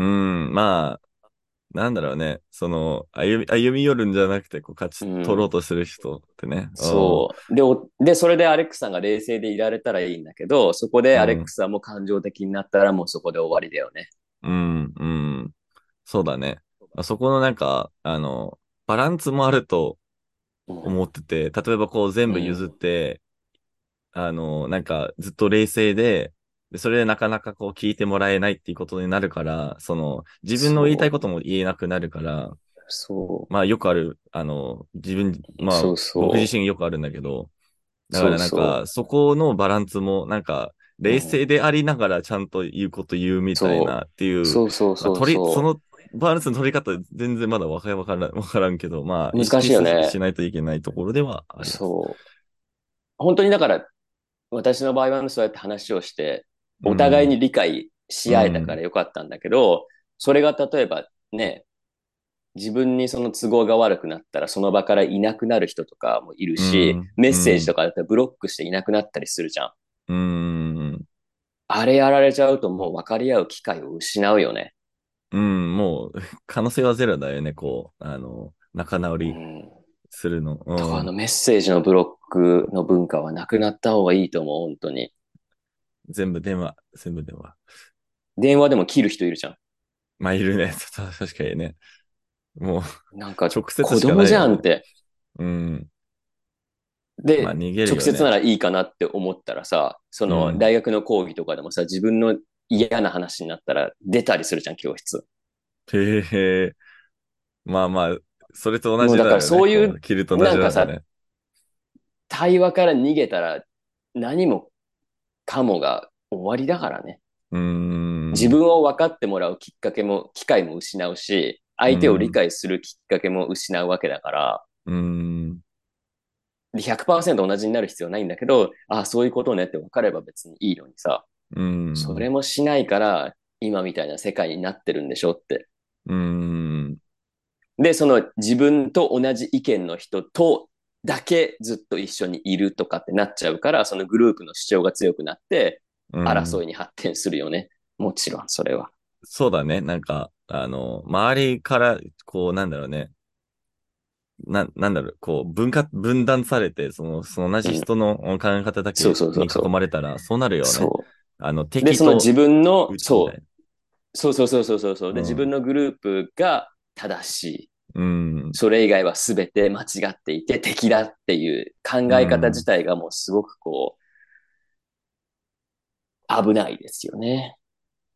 まあ、なんだろうね。歩み寄るんじゃなくて、こう、勝ち取ろううん。 とする人ってね。 そう。で、それでアレックスさんが冷静でいられたらいいんだけど、そこでうん、 アレックスさんも感情的になったらもうそこで終わりだよね。 うん、うん。そうだね。そこのなんか、バランスもあるとうん。 思ってて、例えばこう全部譲っうん。 て、なんかずっと冷静で、それでなかなかこう聞いてもらえないっていうことになるから、自分の言いたいそことも言えなくなるから、 う。そまあよくある、 う。 まあそう僕自そう。 身よくあるんだけど、だかそうらなんか、 そそこのバランスも、なんか、 う。う冷ん。 静でありながらちゃんと言うこと言うみたいそなっていう。 う、まあ、 そうそうそうそそのバランスの取り方全然まだわからんけど、まあ、 う。難し意識いよね。 しないといけないところではあります。 そう。本当にだから、私の場合はそうやって話をして、お互いうん、 に理解し合えたかうん、 らよかったんだけど、それが例えばね、自分にその都合が悪くなったらその場からいなくなる人とかもいるし、 うん、 メッうん、 セージとかだったらブロックしていなくなったりするじゃん。 うん、 あれやられちゃうともう分かり合う機会を失うよね。 うん、もう、可能性はゼロだよね、こう、仲直りうん。 するの。 だからうん。 メッセージのブロックの文化はなくなった方がいいと思う、本当に。 全部電話。 電話でも切る人いるじゃん。 まあ、いるね。確かにね。もう、 なんか直接しか子供じないよね。 ゃんって。 うん。まあ、 で、 逃げる直接なよね。 らいいかなって思ったらさ、そうん。 の大学の講義とかでもさ、自分の嫌な話になったら出たりするじゃん、教室。 へえ。まあまあ、それと同もうだからじだよね。 そういう、 こう、キルと同なんかさ、 じなんだね。 対話から逃げたら何もかもが終わりだからね。 うーん。 自分を分かってもらうきっかけも、機会も失うし、相手を理うん。 解するきっかけも失うわけだから、 うん。 で100%同じになる必要ないんだけど、ああ、そういうことねって分かれば別にいいのにさ、 うそれん。 もしないから、今みたいな世界になってるんでしょって。 うん。 で、その自分と同じ意見の人とだけずっと一緒にいるとかってなっちゃうから、そのグループの主張が強くなって、 うん。 争いに発展するよね。もちろん、それは。 そうだね。なんか、周りから、こう、なんだろうね。なんだろう、こう、分断されて、その同うん。 じ人の考え方だそうけに囲そうそうそまれたら、そうなるう。 よね。 そう。で、 敵とその自分の、 うちみたいな。 そう。で、自分うん。 のグループが正しい。 うん。 それ以外は全て間違っていて敵だっていう考うえ方自ん。 体がもうすごくこう、危ないですよね。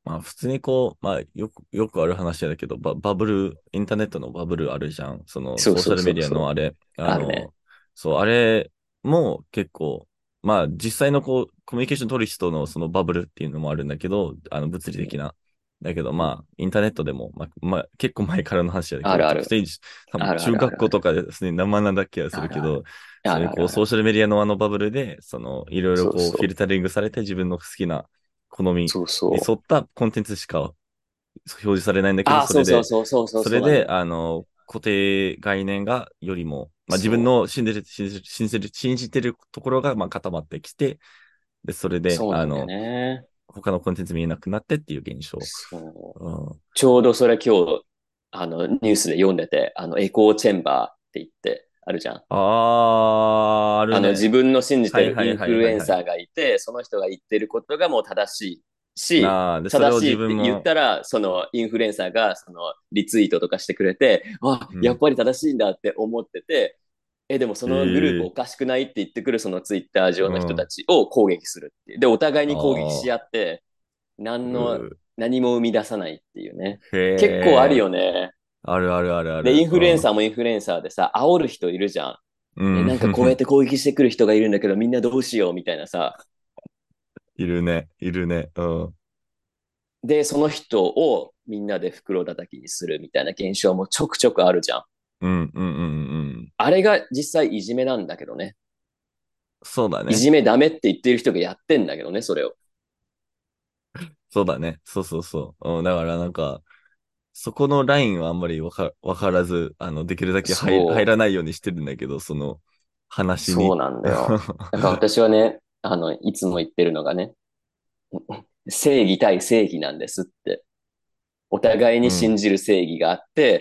まあ普通にこう、まあよくある話だけど、バブル、インターネットのバブルあるじゃん。そのそうそうソーシャルメディアそうそう。 のあれ、 あるね。 そう、あれも結構、まあ実際のこう、コミュニケーション取る人のそのバブルっていうのもあるんだけど、物理うん的な。だけどうんまあ、インターネットでも、結構前からの話だけど、 あるある。 特定多分あるあ中るあるある。 学校とかですね、生なんだっけはすあるある。 るけど、そういうこう、 あるあるある。 ソーシャルメディアのあのバブルで、いろいろこう、フィルそうそう。 タリングされて自分の好きな好みそうそう。 に沿ったコンテンツしか表示されないんだけど、 ああ、そうそうそうそうそうそれで、 そうなのよ。 固定概念がよりも、まあ、自分その信じてるところが、まあ、固まってきて、で、それう。 で、 そうなんだよね。 他のコンテンツ見えなくなってっていう現象。 そう。 うん、 ちょうどそれ今日、ニュースで読んでて、エコーチェンバーって言って、あるじゃん。 あるね。 自分の信じてるイはいはいンフルエはいはいはい。 ンサーがいて、その人が言ってることがもう正しいし、 で、それを自正しいって言っ分も、 たら、そのインフルエンサーがそのリツイートとかしてくれて、あ、 うん。 やっぱり正しいんだって思ってて、でもそのグループええおかしくないって言ってくるそのツイッター上うん。 の人たちを攻撃するっていう。で、お互いあに攻撃し合あ、 って、 う何も生み出さないっていうね。 へ結構あるえ、 よね。 あるあるあるあで、イる。 ンフルエンうん。 サーもインフルエンサーでさ、煽る人いるじゃん。 うん。 なんかこうやって攻撃してくる人がいるんだけど、みんなどうしようみたいなさ。 いるね。いるね。うん。 で、その人をみんなで袋叩きにするみたいな現象もちょくちょくあるじゃん。 うん、うん、うん、うん。 あれが実際いじめなんだけどね。 そうだね。 いじめダメって言ってる人がやってんだけどね、それを。 そうだね。そうそうそう。だからなんか、そこのラインはあんまりわからず、できるだけ入そう、 らないようにしてるんだけど、その話に。 そうなんだよ。なんか私はね、いつも言ってるのがね、正義対正義なんですって。お互いに信うん、 じる正義があって、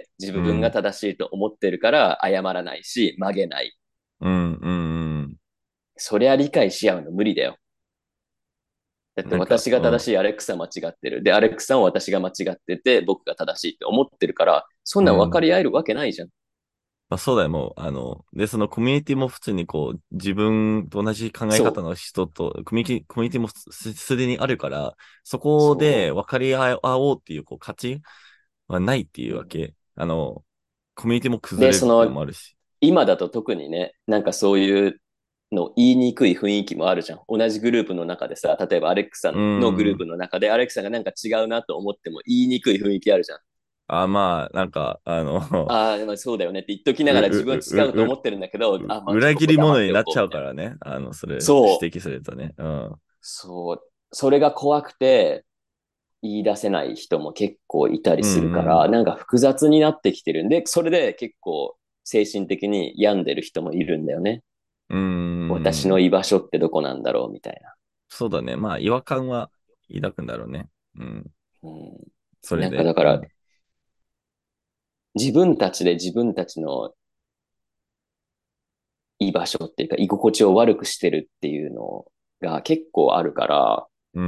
自分がうん、 正しいと思ってるから謝らないし、曲げない。 うん、うん、うん。 そりゃ理解し合うの無理だよ。だってなんか、 私が正しい、アレックスは間違ってる。で、アレックスは私が間違ってて、僕が正しいって思ってるから、そんなん分かうん。 り合えるわけないじゃん。 まあ、そうだよ、もう、で、そのコミュニティも普通にこう、自分と同じ考え方その人と、コミュニティもすでにあるから、そう。 こでそ分かり合おうっていう、こう、価値はないっていう。うん、 うわけ。コミュニティもで、 崩れるっていうのもあるし。 今だと特にね、なんかそういうの言いにくい雰囲気もあるじゃん。同じグループの中でさ、例えばアレックスさうんのグルーん。 プの中でアレックスさんがなんか違うなと思っても言いにくい雰囲気あるじゃん。 まあ、なんか、 ああ、まあそうだよねって言っときなう、 がら自分はう、う、う、 違うと思ってるんだけど、あ、まあじゃあ裏切りここ黙って者になっちゃおこうみたいな。 うからね。それ、指そう。 摘するとね。うん。 そう。それが怖くて言い出せない人も結構いたりうするから、 ん、 なんか複雑になってきてるんで、それで結構精神的に病んでる人もいるんだよね。 うん。 私の居場所ってどこなんだろうみたいな。 そうだね。まあ、違和感は抱くんだろうね。うん。 うん、なんかそれで。 だからうん。 自分たちで自分たちの居場所っていうか居心地を悪くしてるっていうのが結構あるから、 うん。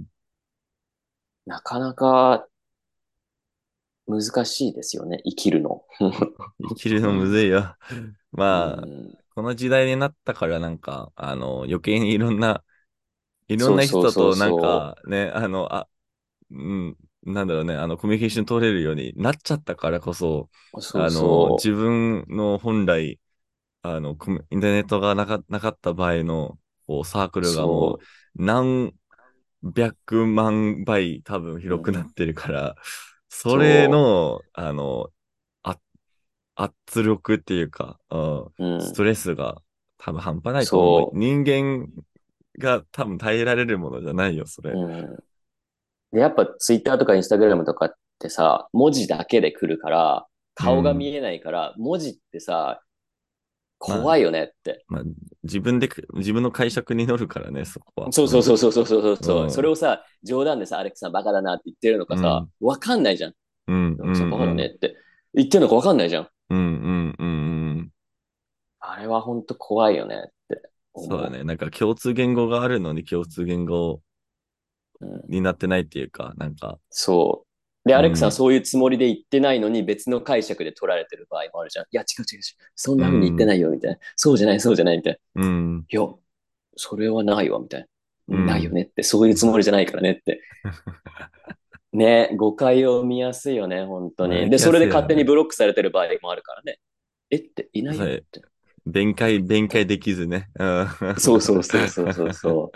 なかなか難しいですよね、生きるの。 生きるのむずいよ。 うまあ、 ん、 この時代になったからなんか、余計にいろんそうなそうそう人となんそかね、うん、なんだろうね、コミュニケーション取れるようになっちゃったからこそ、 う。そうそ自分の本来、インターネットがなかった場合の、こう、サークう。 ルがもそう、何百万倍多分う。う広くなん、 ってるから、それその、あ圧力っていうか、 う。うスん、 トレスが多分半端ないと思う。もうそ人間が多分耐えられるものじゃないよ、そう。 れ。 うん。で、やっぱツイッターとかインスタグラムとかってさ、文字だけで来るから、 うん。 顔が見えないから、文字ってさ、 まあ、 怖いよねって。 まあ、自分の解釈に乗るからね、そこは。 そうそうそうそうそうそうそう。そうん。 れをさ、冗談でさ、アレックさんバカだなって言ってるのかさ、 うん。 わかんないじゃん。 うん。うん。 アレックさんバカだねうん。 って言ってるのかわかんないじゃん。 うん。うん。うん。うんあれは本当怖いよねって思そうだね。なんか共通言語があるのに共通言語う。うん、 になってないっていうか、なんか、 そう。で、アレックさんはうん。 そういうつもりで言ってないのに別の解釈で取られてる場合もあるじゃん。いや、違う違う違う。そんな風に言ってうん。 ないよ、みたいな。そうじゃない、そうじゃない、みたいな。 うん。 いや、それはないわ、みたいな。 うん。 ないよねって、そういうつもりじゃないからねって。ね、誤解を見やすいよね、本当に。で、 招きやそれですいよね。 勝手にブロックされてる場合もあるからね。えって、いないよっそれ、 て。 弁解できずね。うん。 そうそうそうそうそうそう。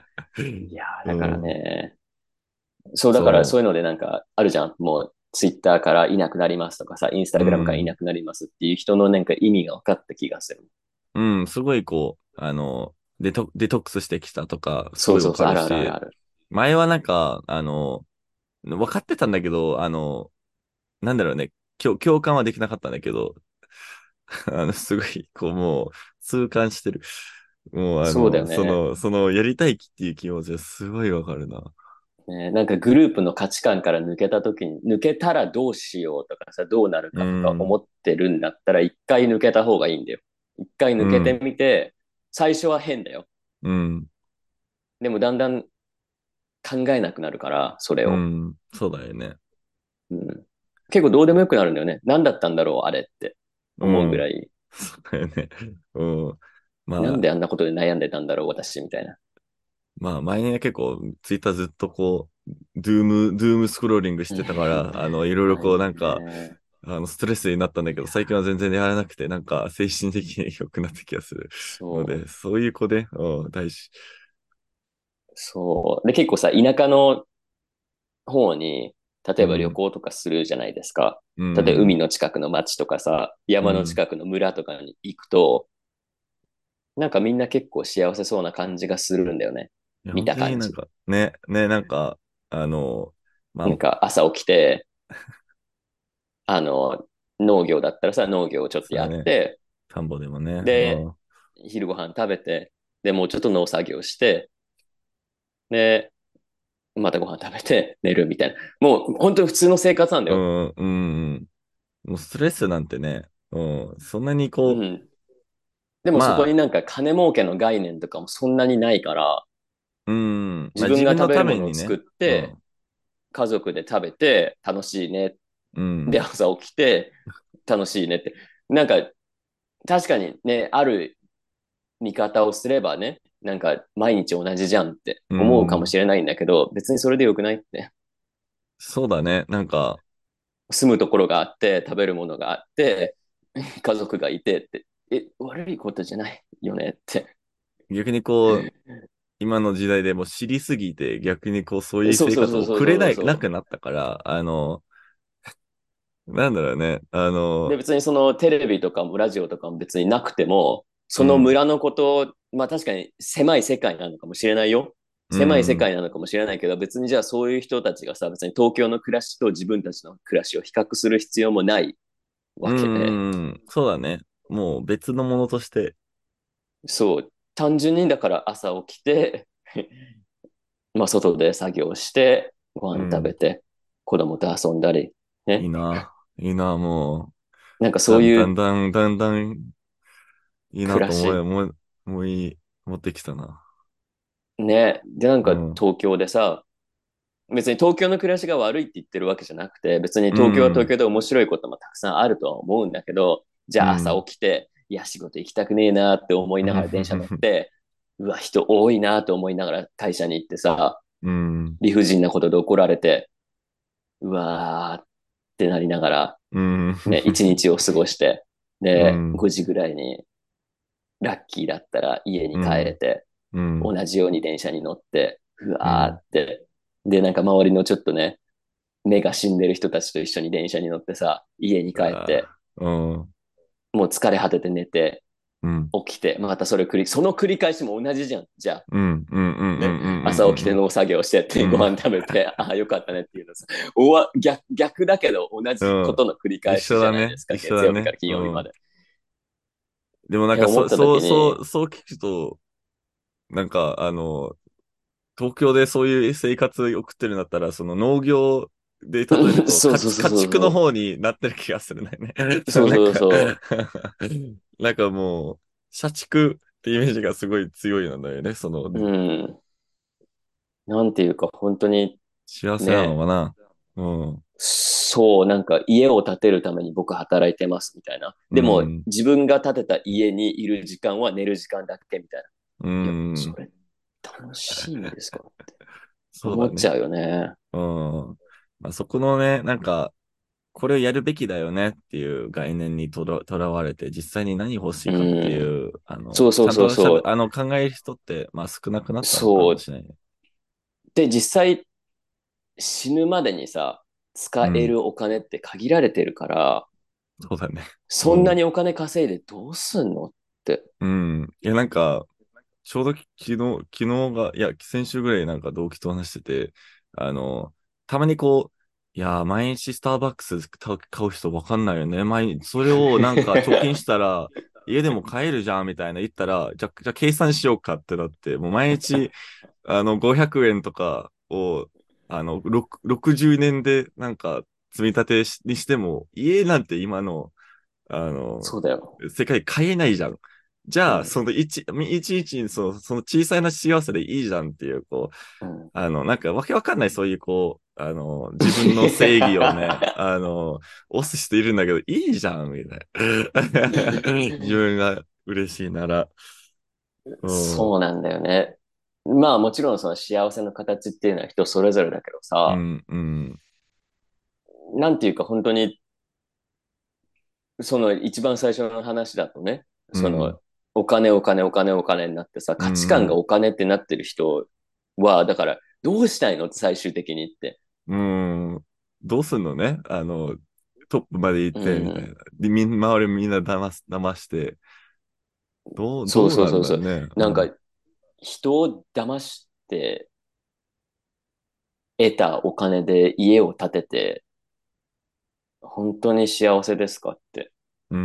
いやー、だからうん。 ね、そう、だからそそういうのでなんかあるじゃん。もう、ツイッターからいなくなりますとかさ、インスタう。うグラムからいん。 なくなりますっていう人のなんか意味が分かった気がする。 うん。すごいデトックスしてきたとか、すごいわかそうそうそう、あるあるあるるし、 ある。 前はなんか、分かってたんだけど、なんだろうね、共感はできなかったんだけど、すごい、もう、痛感してる。もう、 そうだよね。 やりたいっていう気持ちはすごいわかるな。 ね、なんかグループの価値観から抜けた時に、抜けたらどうしようとかさ、どうなるうかとかん、 思ってるんだったら、一回抜けた方がいいんだよ。一回抜けてうん、 みて、最初は変だよ。 うん、 でもだんだん考えなくなるから、それを。 うん、そうだよね。 うん、結構どうでもよくなるんだよね。何だったんだろう、あれってうん、 思うぐらい。 そうだよね。うん。 なんまあ、 であんなことで悩んでたんだろう、私、みたいな。 まあ、前にね、結構、ツイッターずっとドゥームスクローリングしてたから、いろいろないよなんか、 ね。 ストレスになったんだいや、 けど、最近は全然やらなくて、なんか、精神的に良くなった気がするので、 そう、 そういう子で、うん、大事。 そう。で、結構さ、田舎の方に、例えば旅うん、 行とかするじゃないですか。 う例えば海ん、 の近くの町とかさ、 うん。 山の近くの村とかに行くと、なんかみんな結構幸せそうな感じがするんだよね。 いや、 見本た感じ。 当になんか、なんか、あの、まあ、 なんか朝起きて、あの、農業だったらさ、農業をちょっとやそれね、 って、 田んぼでもね、 で、昼ご飯食べて、で、もうちょっと農作業して、で、またご飯食べて寝るみたいな。もう本当に普通の生活なんだよ。 うん、うん、うん。もうストレスなんてね、うん、そんなにうん。でもそこまあ、 になんか金儲けの概念とかもそんなにないから、 うん、ま自あ分が食べる自分のたものを作っめにね、うて、 ん、 家族で食べて楽しいね。で、 うん、 朝起きて楽しいねって。なんか確かにね、ある見方をすればね、なんか毎日同じじゃんってう思うかもん、 しれないんだけど、別にそれでよくないって。 そうだね、なんか、 住むところがあって、食べるものがあって、家族がいてって、悪いことじゃないよねって。 逆に今の時代でもう知りすぎて、逆にそういうそう生活をそうそうそう送れない、 そうそなくなったから、なんだろうね、 う。で、別にそのテレビとかもラジオとかも別になくても、そのうん、 村のことを、まあ確かに狭い世界なのかもしれないよ。 うん、 狭い世界なのかもしれないけど、別にじゃあそういう人たちがさ、別に東京の暮らしと自分たちの暮らしを比較する必要もないうわけで、 ん、そうだね。もう別のものとして、 そう、単純にだから朝起きて、まあ外で作業して、ご飯食べうん、 て、子供と遊んだり、ね。 いいな、いいな、もなんかう、だそういうんだんいいなと思え、 暮らし、 もういい、持ってきたな。 ね。で、なんかうん。 東京でさ、別に東京の暮らしが悪いって言ってるわけじゃなくて、別にう東京は東ん。 京で面白いこともたくさんあるとは思うんだけど、じゃあ朝うん。 起きて、いや仕事行きたくねえなって思いうながら電車乗っん。 て、うわ、人多いなと思いながら会社に行ってさ、 うん。 理不尽なことで怒られて、うわーってなりながら、 うん。 ね、一日を過ごして、で、 うん。 5時ぐらいにラッキーだったら家に帰れうん。 て、 うん。 同じように電車に乗って、うわーうん。 って、で、なんか周りのちょっとね、目が死んでる人たちと一緒に電車に乗ってさ、家に帰って、 うん。 もう疲れ果てて寝て、 うん。 起きて、またその繰り返しも同じじゃん。じゃあ、 うん。うん。うん。うね、朝起きてん。 農作業してってご飯食べて、ああ、よかったねっていうのさ、逆だけど同うん。 じことの繰り一返し緒だね。 じゃないですか。 一緒月曜日からだね。うん。 金曜日まで。っでもなんか、 て思った時に、 そう聞くと、なんか、東京でそういう生活を送ってるんだったら、その農業で例えると、 そうそうそう家畜のそ方になってる気がするね。 う。そうなんそうかそなんかもう、社畜ってイメージがすごい強いのだよね。 う。うん。なんていうか、本当に幸せなのね、 かな。うん。 そう、なんか家を建てるために僕働いてますみたいな。でもうん。 自分が建てた家にいる時間は寝る時間だけみたいな。 ういや、そん。 れ、 楽しいんですかってそうだね。 思っちゃうよね。 うん。まあ、そこのね、なんか、これをやるべきだよねっていう概念にとらわれて、実際に何欲しいうかってん。 いう、ちそうそうゃんとしゃべ、 そうそう。 考える人って、まあ少なくなったのかそう。 もしれないね。 で、実際死ぬまでにさ、使えうん。 るお金って限られてるから、 そうだね。 そんなうん。 にお金稼いでどうすんのって。 うん。いや、なんか、ちょうど昨日いや、先週ぐらいなんか同期と話してて、あの、たまにこう、いや、毎日スターバックス買う人わかんないよね。それをなんか貯金したら、家でも買えるじゃんみたいな言ったら、じゃあ計算しようかってなって、もう毎日、500円とかを、60年でなんか積み立てにしても、家なんて今の、あの、 そうだよ。 世界買えないじゃん。じゃあ、 うん。 その一日にその小さな幸せでいいじゃんっていう、 うん。 なんかわけわかんないそういう自分の正義をね、押す人いるんだけど、いいじゃん、みたいな。自分が嬉しいなら。うん、 そうなんだよね。まあもちろんその幸せの形っていうのは人それぞれだけどさ、 うん、うん、 なんていうか本当に、その一番最初の話だとね、 うん、 そのお金お金お金お金になってさ、 う価値観がん、 お金ってなってる人は、だからどうしたいのって最終的にって。 うん、どうすんのねトップまで行っうて、みたいん。 な。で、周りみんな騙して、 そうどうなんそうそうそう。 だね。うなんかん、 人を騙して得たお金で家を建てて、本当に幸せですかってうん。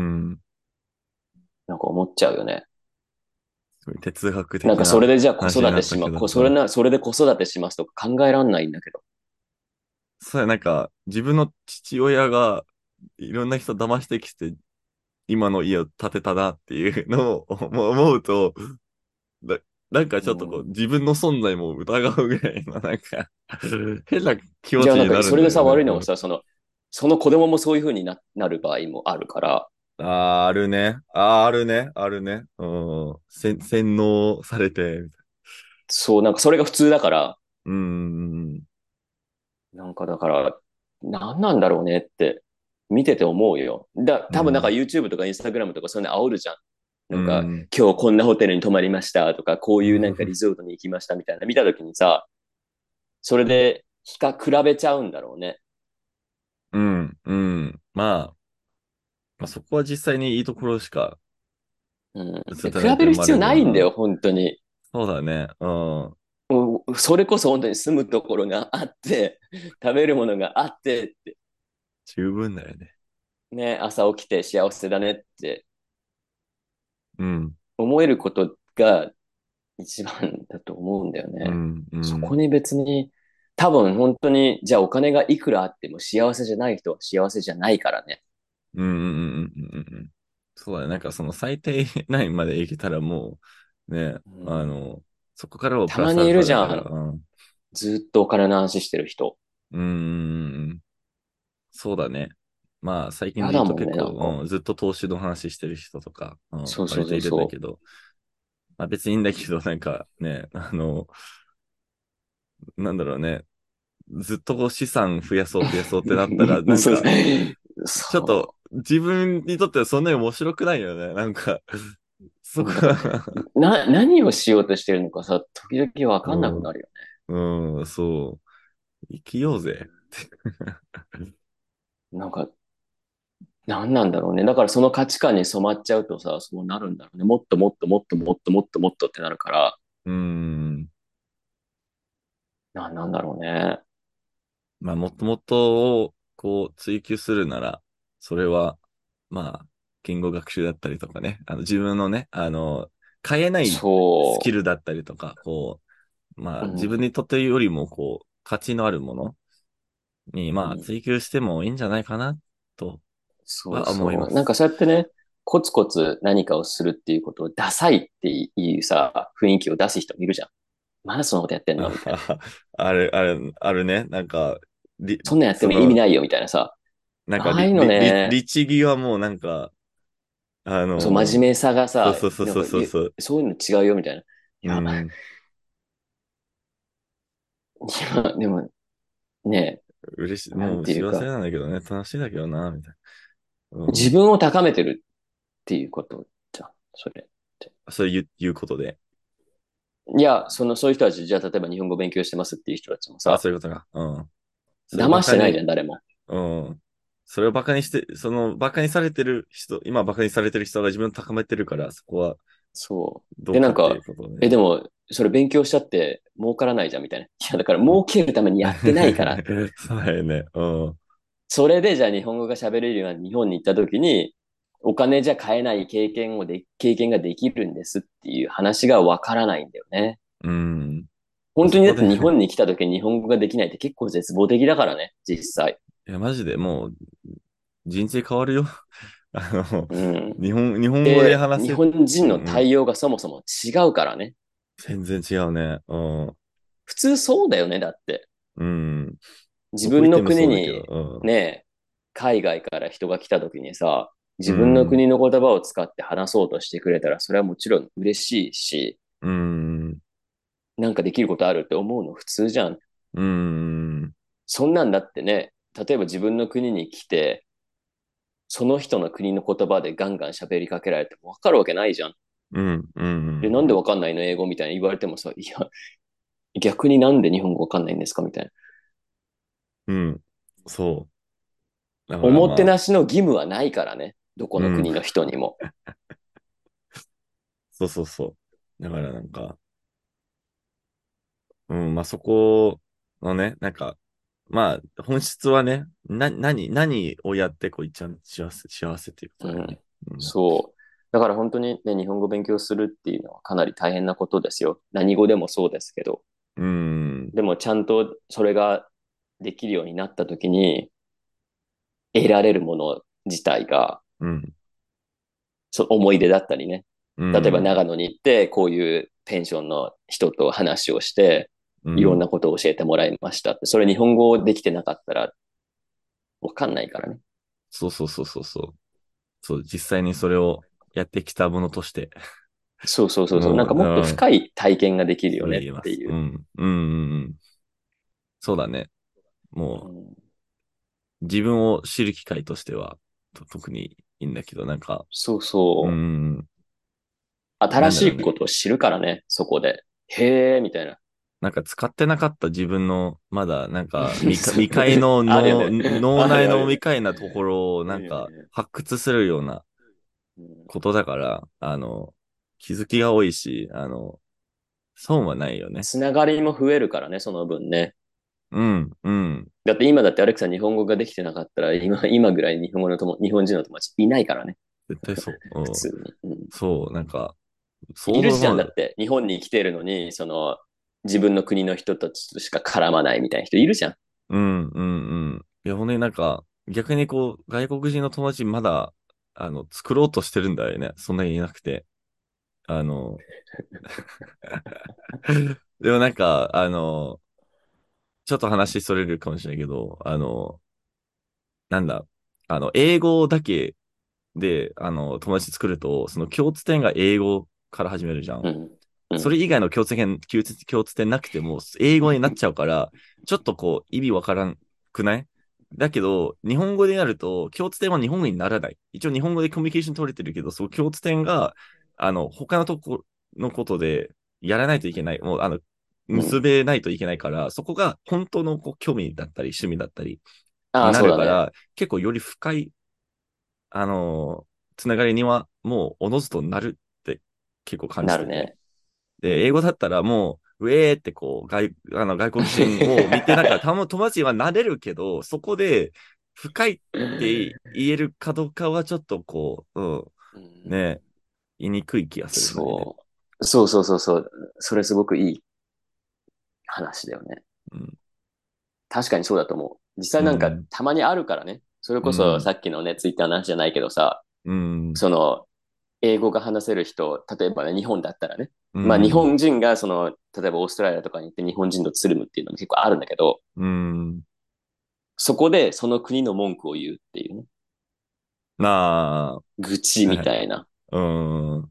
なんか思っちゃうよね。 すごい哲学なん的なかそれでじゃあ子話に育てしま、 なったけど、うん。 それで子育てしますとか考えらんないんだけど。 そうや、なんか、自分の父親がいろんな人騙してきて、今の家を建てたなっていうのを思うと、な、なんかちょっとこう、 うん。 自分の存在も疑うぐらいの、なんか変な気持じゃあなんかちになるそれでさんだよね。うん。 悪いのがさ、その子供もそういう風になる場合もあるから、 ああ、あるね。ああ、あるね。あるね。うん。洗脳されて、みたいそう、なんかそれが普通だから、 な。うん。 なんかだから、何なんだろうねって見てて思うよ。多分なんかうん。 YouTube とか Instagram とかそういうの煽るじゃん。なんか、 うん。 今日こんなホテルに泊まりましたとか、こうういうなんかリん。 ゾートに行きましたみたいな見たときにさ、それで比べちゃうんだろうね。 うん。うん。まあ、そこは実際にいいところしかうん。 映比されて生まれべる必要るもの。 ないんだよ、本当に。 そうだね。うん。 それこそ本当に住むところがあって、食べるものがあってって、 十分だよね。 ね、朝起きて幸せだねってうん。 思えることが一番だと思うんだよね。 うん。うん。 そこに別に、多分本当に、じゃあお金がいくらあっても幸せじゃない人は幸せじゃないからね。 うん。うん。うん。うん。うん。そうだね。なんかその最低ラインまでいけたらもう、ね、 うん、 そこからはプラスアたまにいルファだから、 るじゃん。 うん。 ずっとお金の話してる人。 うん。そうだね。まあ、最近で言うやだもんね、なんと結構、 か。 ずっと投資の話してる人とか、 そうそう割といるんだそうそけど、まあ別にいいんだけど、なんかね、なんだろうね。ずっとこう資産増やそうってなったら、 う。そうなんか、ちょっとそ自分にとってはそんなに面白くないよね。なんか、そこう。だから、 は何をしようとしてるのかさ、時々わかんなくうん、 なるよそう。生きようぜ。 ね。なんか、何なんだろうね。だからその価値観に染まっちゃうとさ、そうなるんだろうね。もっともっともっともっともっともっとってなるから、 うん。 何なんだろうね。 まあ、もっともっとを、こう、追求するなら、それは、まあ、言語学習だったりとかね、自分のね、変えないスキそルだったりとか、まう。 あ、 うん。 自分にとってよりも、価値のあるものに、まあ、 うん。 追求してもいいんじゃないかな、とそうは思いそう。なんかます。 そうやってね、コツコツ何かをするっていうことをダサいっていうさ、雰囲気を出す人もいるじゃん。まだそのことやってんのみたいな。 あるね。なんか、 そんなんやっても意味ないよみたいなさ。 なんか、 ああいうのね、 律儀はもうなんか、 そう、真面目さがさ、 そうそうそうそうなんかそうそう。 そういうの違うよみたいな。いや、 うん。 いや、でもね、 嬉しい、 なんもう幸せていうか、 なんだけどね、楽しいだけどな、みたいな。うん。 自分を高めてるっていうことじゃん、それって。 そういうことで。 いや、そういう人たち、じゃあ例えば日本語勉強してますっていう人たちもあ、 さ、 そういうことか。うん。それをバカに、 騙してないじゃん、誰も。 うん。それをバカにして、そのバカにされてる人、今バカにされてる人が自分を高めてるから、そこはそう。で、 どうかっていうなんか、 ことね。 でも、それ勉強しちゃって儲からないじゃん、みたいな。いや、だから儲けるためにやってないから。 そうだよね。うん。 それでじゃあ日本語が喋れるような日本に行った時に、お金じゃ買えない経験ができるんですっていう話がわからないんだよね。 うん。 本当にだっそこで、 て日本に来た時に日本語ができないって結構絶望的だからね、実際。 いや、マジでもう、人生変わるよ。 うん。 日本語でで、 話せ、 日本人のうんうん。 対応がそもそも違うからね。 全然違うね。うん。 普通そうだよね、だって。 うん。 自分のどこ行ってもそうだけど、 国にうん。 ね、海外から人が来た時にさ、 う自分のん。 国の言葉を使って話そうとしてくれたら、それはもちろん嬉しいし、 うん。 なんかできることあるって思うの普通じゃん。 うん。 そんなんだってね、例えば自分の国に来て、その人の国の言葉でガンガン喋りかけられてもわかるわけないじゃん。 うん。うで、 ん。 なんでわかんないの英語みたいに言われてもさ、いや、逆になんで日本語わかんないんですかみたいな。 うん。そう。だおからまあ、 もてなしの義務はないからね。どこうん。 の国の人にも。 そうそうそう。だからなんか、うん、まあそこのね、なんか、まあ本質はね、何をやってこう一番幸せっていうことだよね。 うん。 うん。 そう。だから本当にね、日本語勉強するっていうのはかなり大変なことですよ。何語でもそうですけど。 うん。 でもちゃんとそれができるようになった時に得られるもの自体が、 うん。 思い出だったりね。 う例えばん。 長野に行ってこういうペンションの人と話をしていろんうん。 なことを教えてもらいましたって。それ日本語できてなかったらわかんないからね。 そうそうそうそうそう。そう、実際にそれをやってきたものとして、 そうそうそうそう。なんもう、 かもっとうん、 深い体験ができるよそれねっ言えます。 ていう。 うん。うん。うん。そうだね。もうん、 う、自分を知る機会としては、特にいいんだけど、なんか、 そううそう。 ん、な新しいんだろうね。 ことを知るからね、そこで。へえ、みたいな。 なんか使ってなかった自分の、まだなんか未開の脳、 あるよね。 脳内のあるあるよね。 未開なところをなんかうん、 発掘するようなうん、 ことだから、気づきが多いし、損はないよね。 つながりも増えるからね、その分ね。 うん、うん。 だって今だってアレクさん日本語ができてなかったら、今ぐらい日本人の友達いないからね。 絶対そう。うん。 普通に。うん、 そう、なんか、想いるじゃん、だ像の、 って。日本に来てるのに、自分の国の人たちとしか絡まないみたいな人いるじゃん。 うん、うん、うん。いや、ほんとになんか、逆にこう、外国人の友達まだ、作ろうとしてるんだよね。そんなにいなくて。あの、でもなんか、ちょっと話それるかもしれないけど、なんだ、英語だけで、友達作ると、その共通点が英語から始めるじゃん。 うん。うん。 それ以外の共通点なくても、英語になっちゃうから、ちょっとこう、意味わからんくないだけど、日本語でやると、共通点は日本語にならない。一応日本語でコミュニケーション取れてるけど、その共通点が、他のとこのことでやらないといけない。もう、 うん。 結べないといけないから、そこが本当のこう興味だったり、趣味だったりにああ、 なそうだね。 るから、結構より深い、あのつながりには、もう、おのずとなるって結構感じてて。 なるね。うで、英語ん。 だったらもう、ウェーってこう、外国人を見て、なんか、友達にはなれるけど、そこで、深いって言えるかどうかはちょっとこう、 うん、 ね、言いにくい気がするんだよね。 そうそうそうそう。それすごくいい話だよね。 うん。 確かにそうだと思う。実際なんかうん。 たまにあるからね。それこそうん。 さっきのね、ツイッターの話じゃないけどさ、 うん。 その、英語が話せる人、例えばね、日本だったらね。まあ日うん。 本人が例えばオーストラリアとかに行って日本人とつるむっていうのも結構あるんだけど、 うん。 そこでその国の文句を言うっていうね。 な愚痴あ、はい。 みたいな。 うん。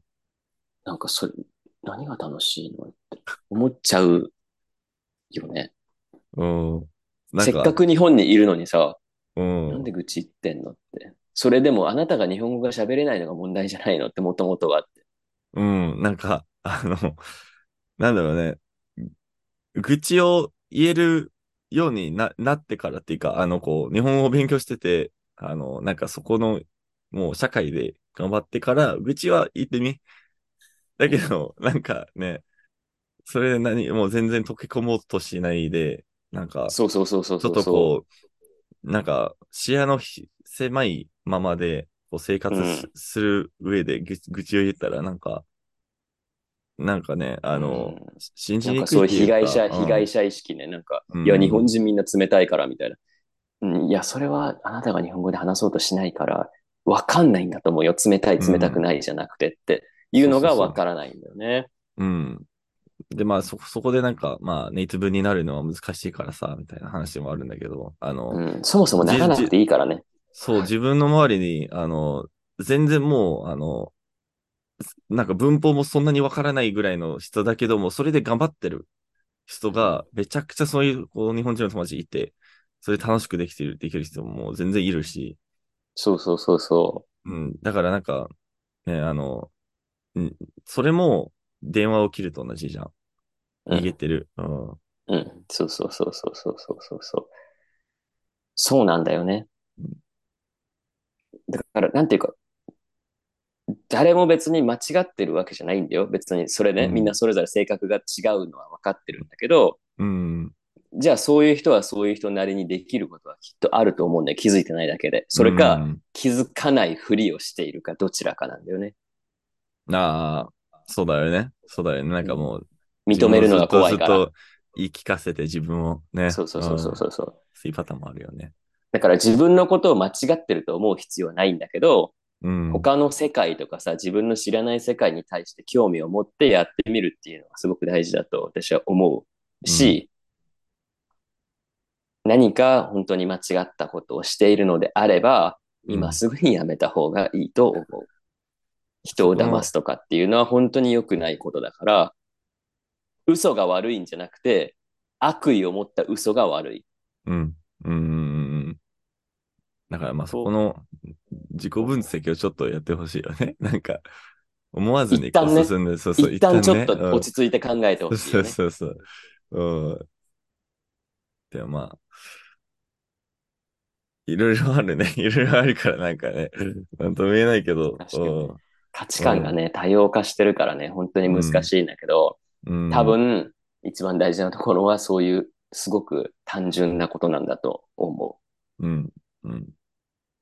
なんかそれ、何が楽しいのって思っちゃうよね。 うん。なんか、 せっかく日本にいるのにさ、 うん。 なんで愚痴言ってんのって。それでもあなたが日本語が喋れないのが問題じゃないのってもともとはあって。 うん。なんか、なんだろうね。愚痴を言えるようになってからっていうか、日本語を勉強してて、なんかそこの、もう社会で頑張ってから、愚痴は言ってみ。だうん。 けど、なんかね、それでもう全然溶け込もうとしないで、なんか、 そうそうそうそうちょっそうそとなんか、視野の狭いままで、生う。う活ん。 する上で愚痴を言ったら、なんかね、 うん。 信じなんにくいってかそういういうか、 被害者意識ね。なんか、 ういや、日本ん、 人みんな冷たいからみたいな。うん、いや、それはあなたが日本語で話そうとしないから、わかんないんだと思うよ。冷たい、冷たくうん、 ないじゃなくてっていうそうのがそうそう。 わからないんだよね。 うん。で、まあ、そこでなんか、まあ、ネイティブになるのは難しいからさ、みたいな話もあるんだけど、 うん。そもそもならじ、 なくじ、 ていいからね。 そう、自分の周りに、全然もう、なんか文法もそんなにわからないぐらいの人だけども、それで頑張ってる人うん。 が、めちゃくちゃそういう、日本人の友達いて、それで楽しくできる人ももう全然いるし、 そうそうそうそうん、だからなんか、ね、うん、それも電話を切ると同じじゃん。 う。うん。 逃げてる。うん。 うん。そうそうそうそうそうそうそうそう。そうなんだよね。だから、なんていうか、誰も別に間違ってるわけじゃないんだよ。別に、それね、みんなうん。 それぞれ性格が違うのは分かってるんだけど、 うん。 じゃあそういう人はそういう人なりにできることはきっとあると思うんだよ。気づいてないだけで。 うそれか、 ん。 気づかないふりをしているか、どちらかなんだよね。 ああ、そうだよね。そうだよね。なんうん、 かもう、自分を認めるのが怖いから。 ずっと言い聞かせて自分をね、 そうそうそうそううん。 そうそう。 そういうパターンもあるよね。 だから自分のことを間違ってると思う必要はないんだけど、 うん。 他の世界とかさ、自分の知らない世界に対して興味を持ってやってみるっていうのがすごく大事だと私は思ううん。 し、何か本当に間違ったことをしているのであれば、 うん。 今すぐにやめた方がいいと思う。人をそこの、 騙すとかっていうのは本当に良くないことだから、嘘が悪いんじゃなくて、悪意を持った嘘が悪い。 うん。うん。うん。だからまあそこと、 の自己分析をちょっとやってほしいよね。なんか、思わずにこう一旦ね、 進んで、そうそう、 一旦ちょっ一旦ね、うん。 と落ち着いて考えてほそうそうしいよね。 そうそう。うん。でもまあ、いろいろあるね。いろいろあるからなんかね、なんとも言えないけど、 確かにね。価値うん、うん、 観がね、多様化してるからね、本当にうん、 難しいんだけど、 うん、 多分、一番大事なところはそういうすごく単純なことなんだと思う。 うん。うん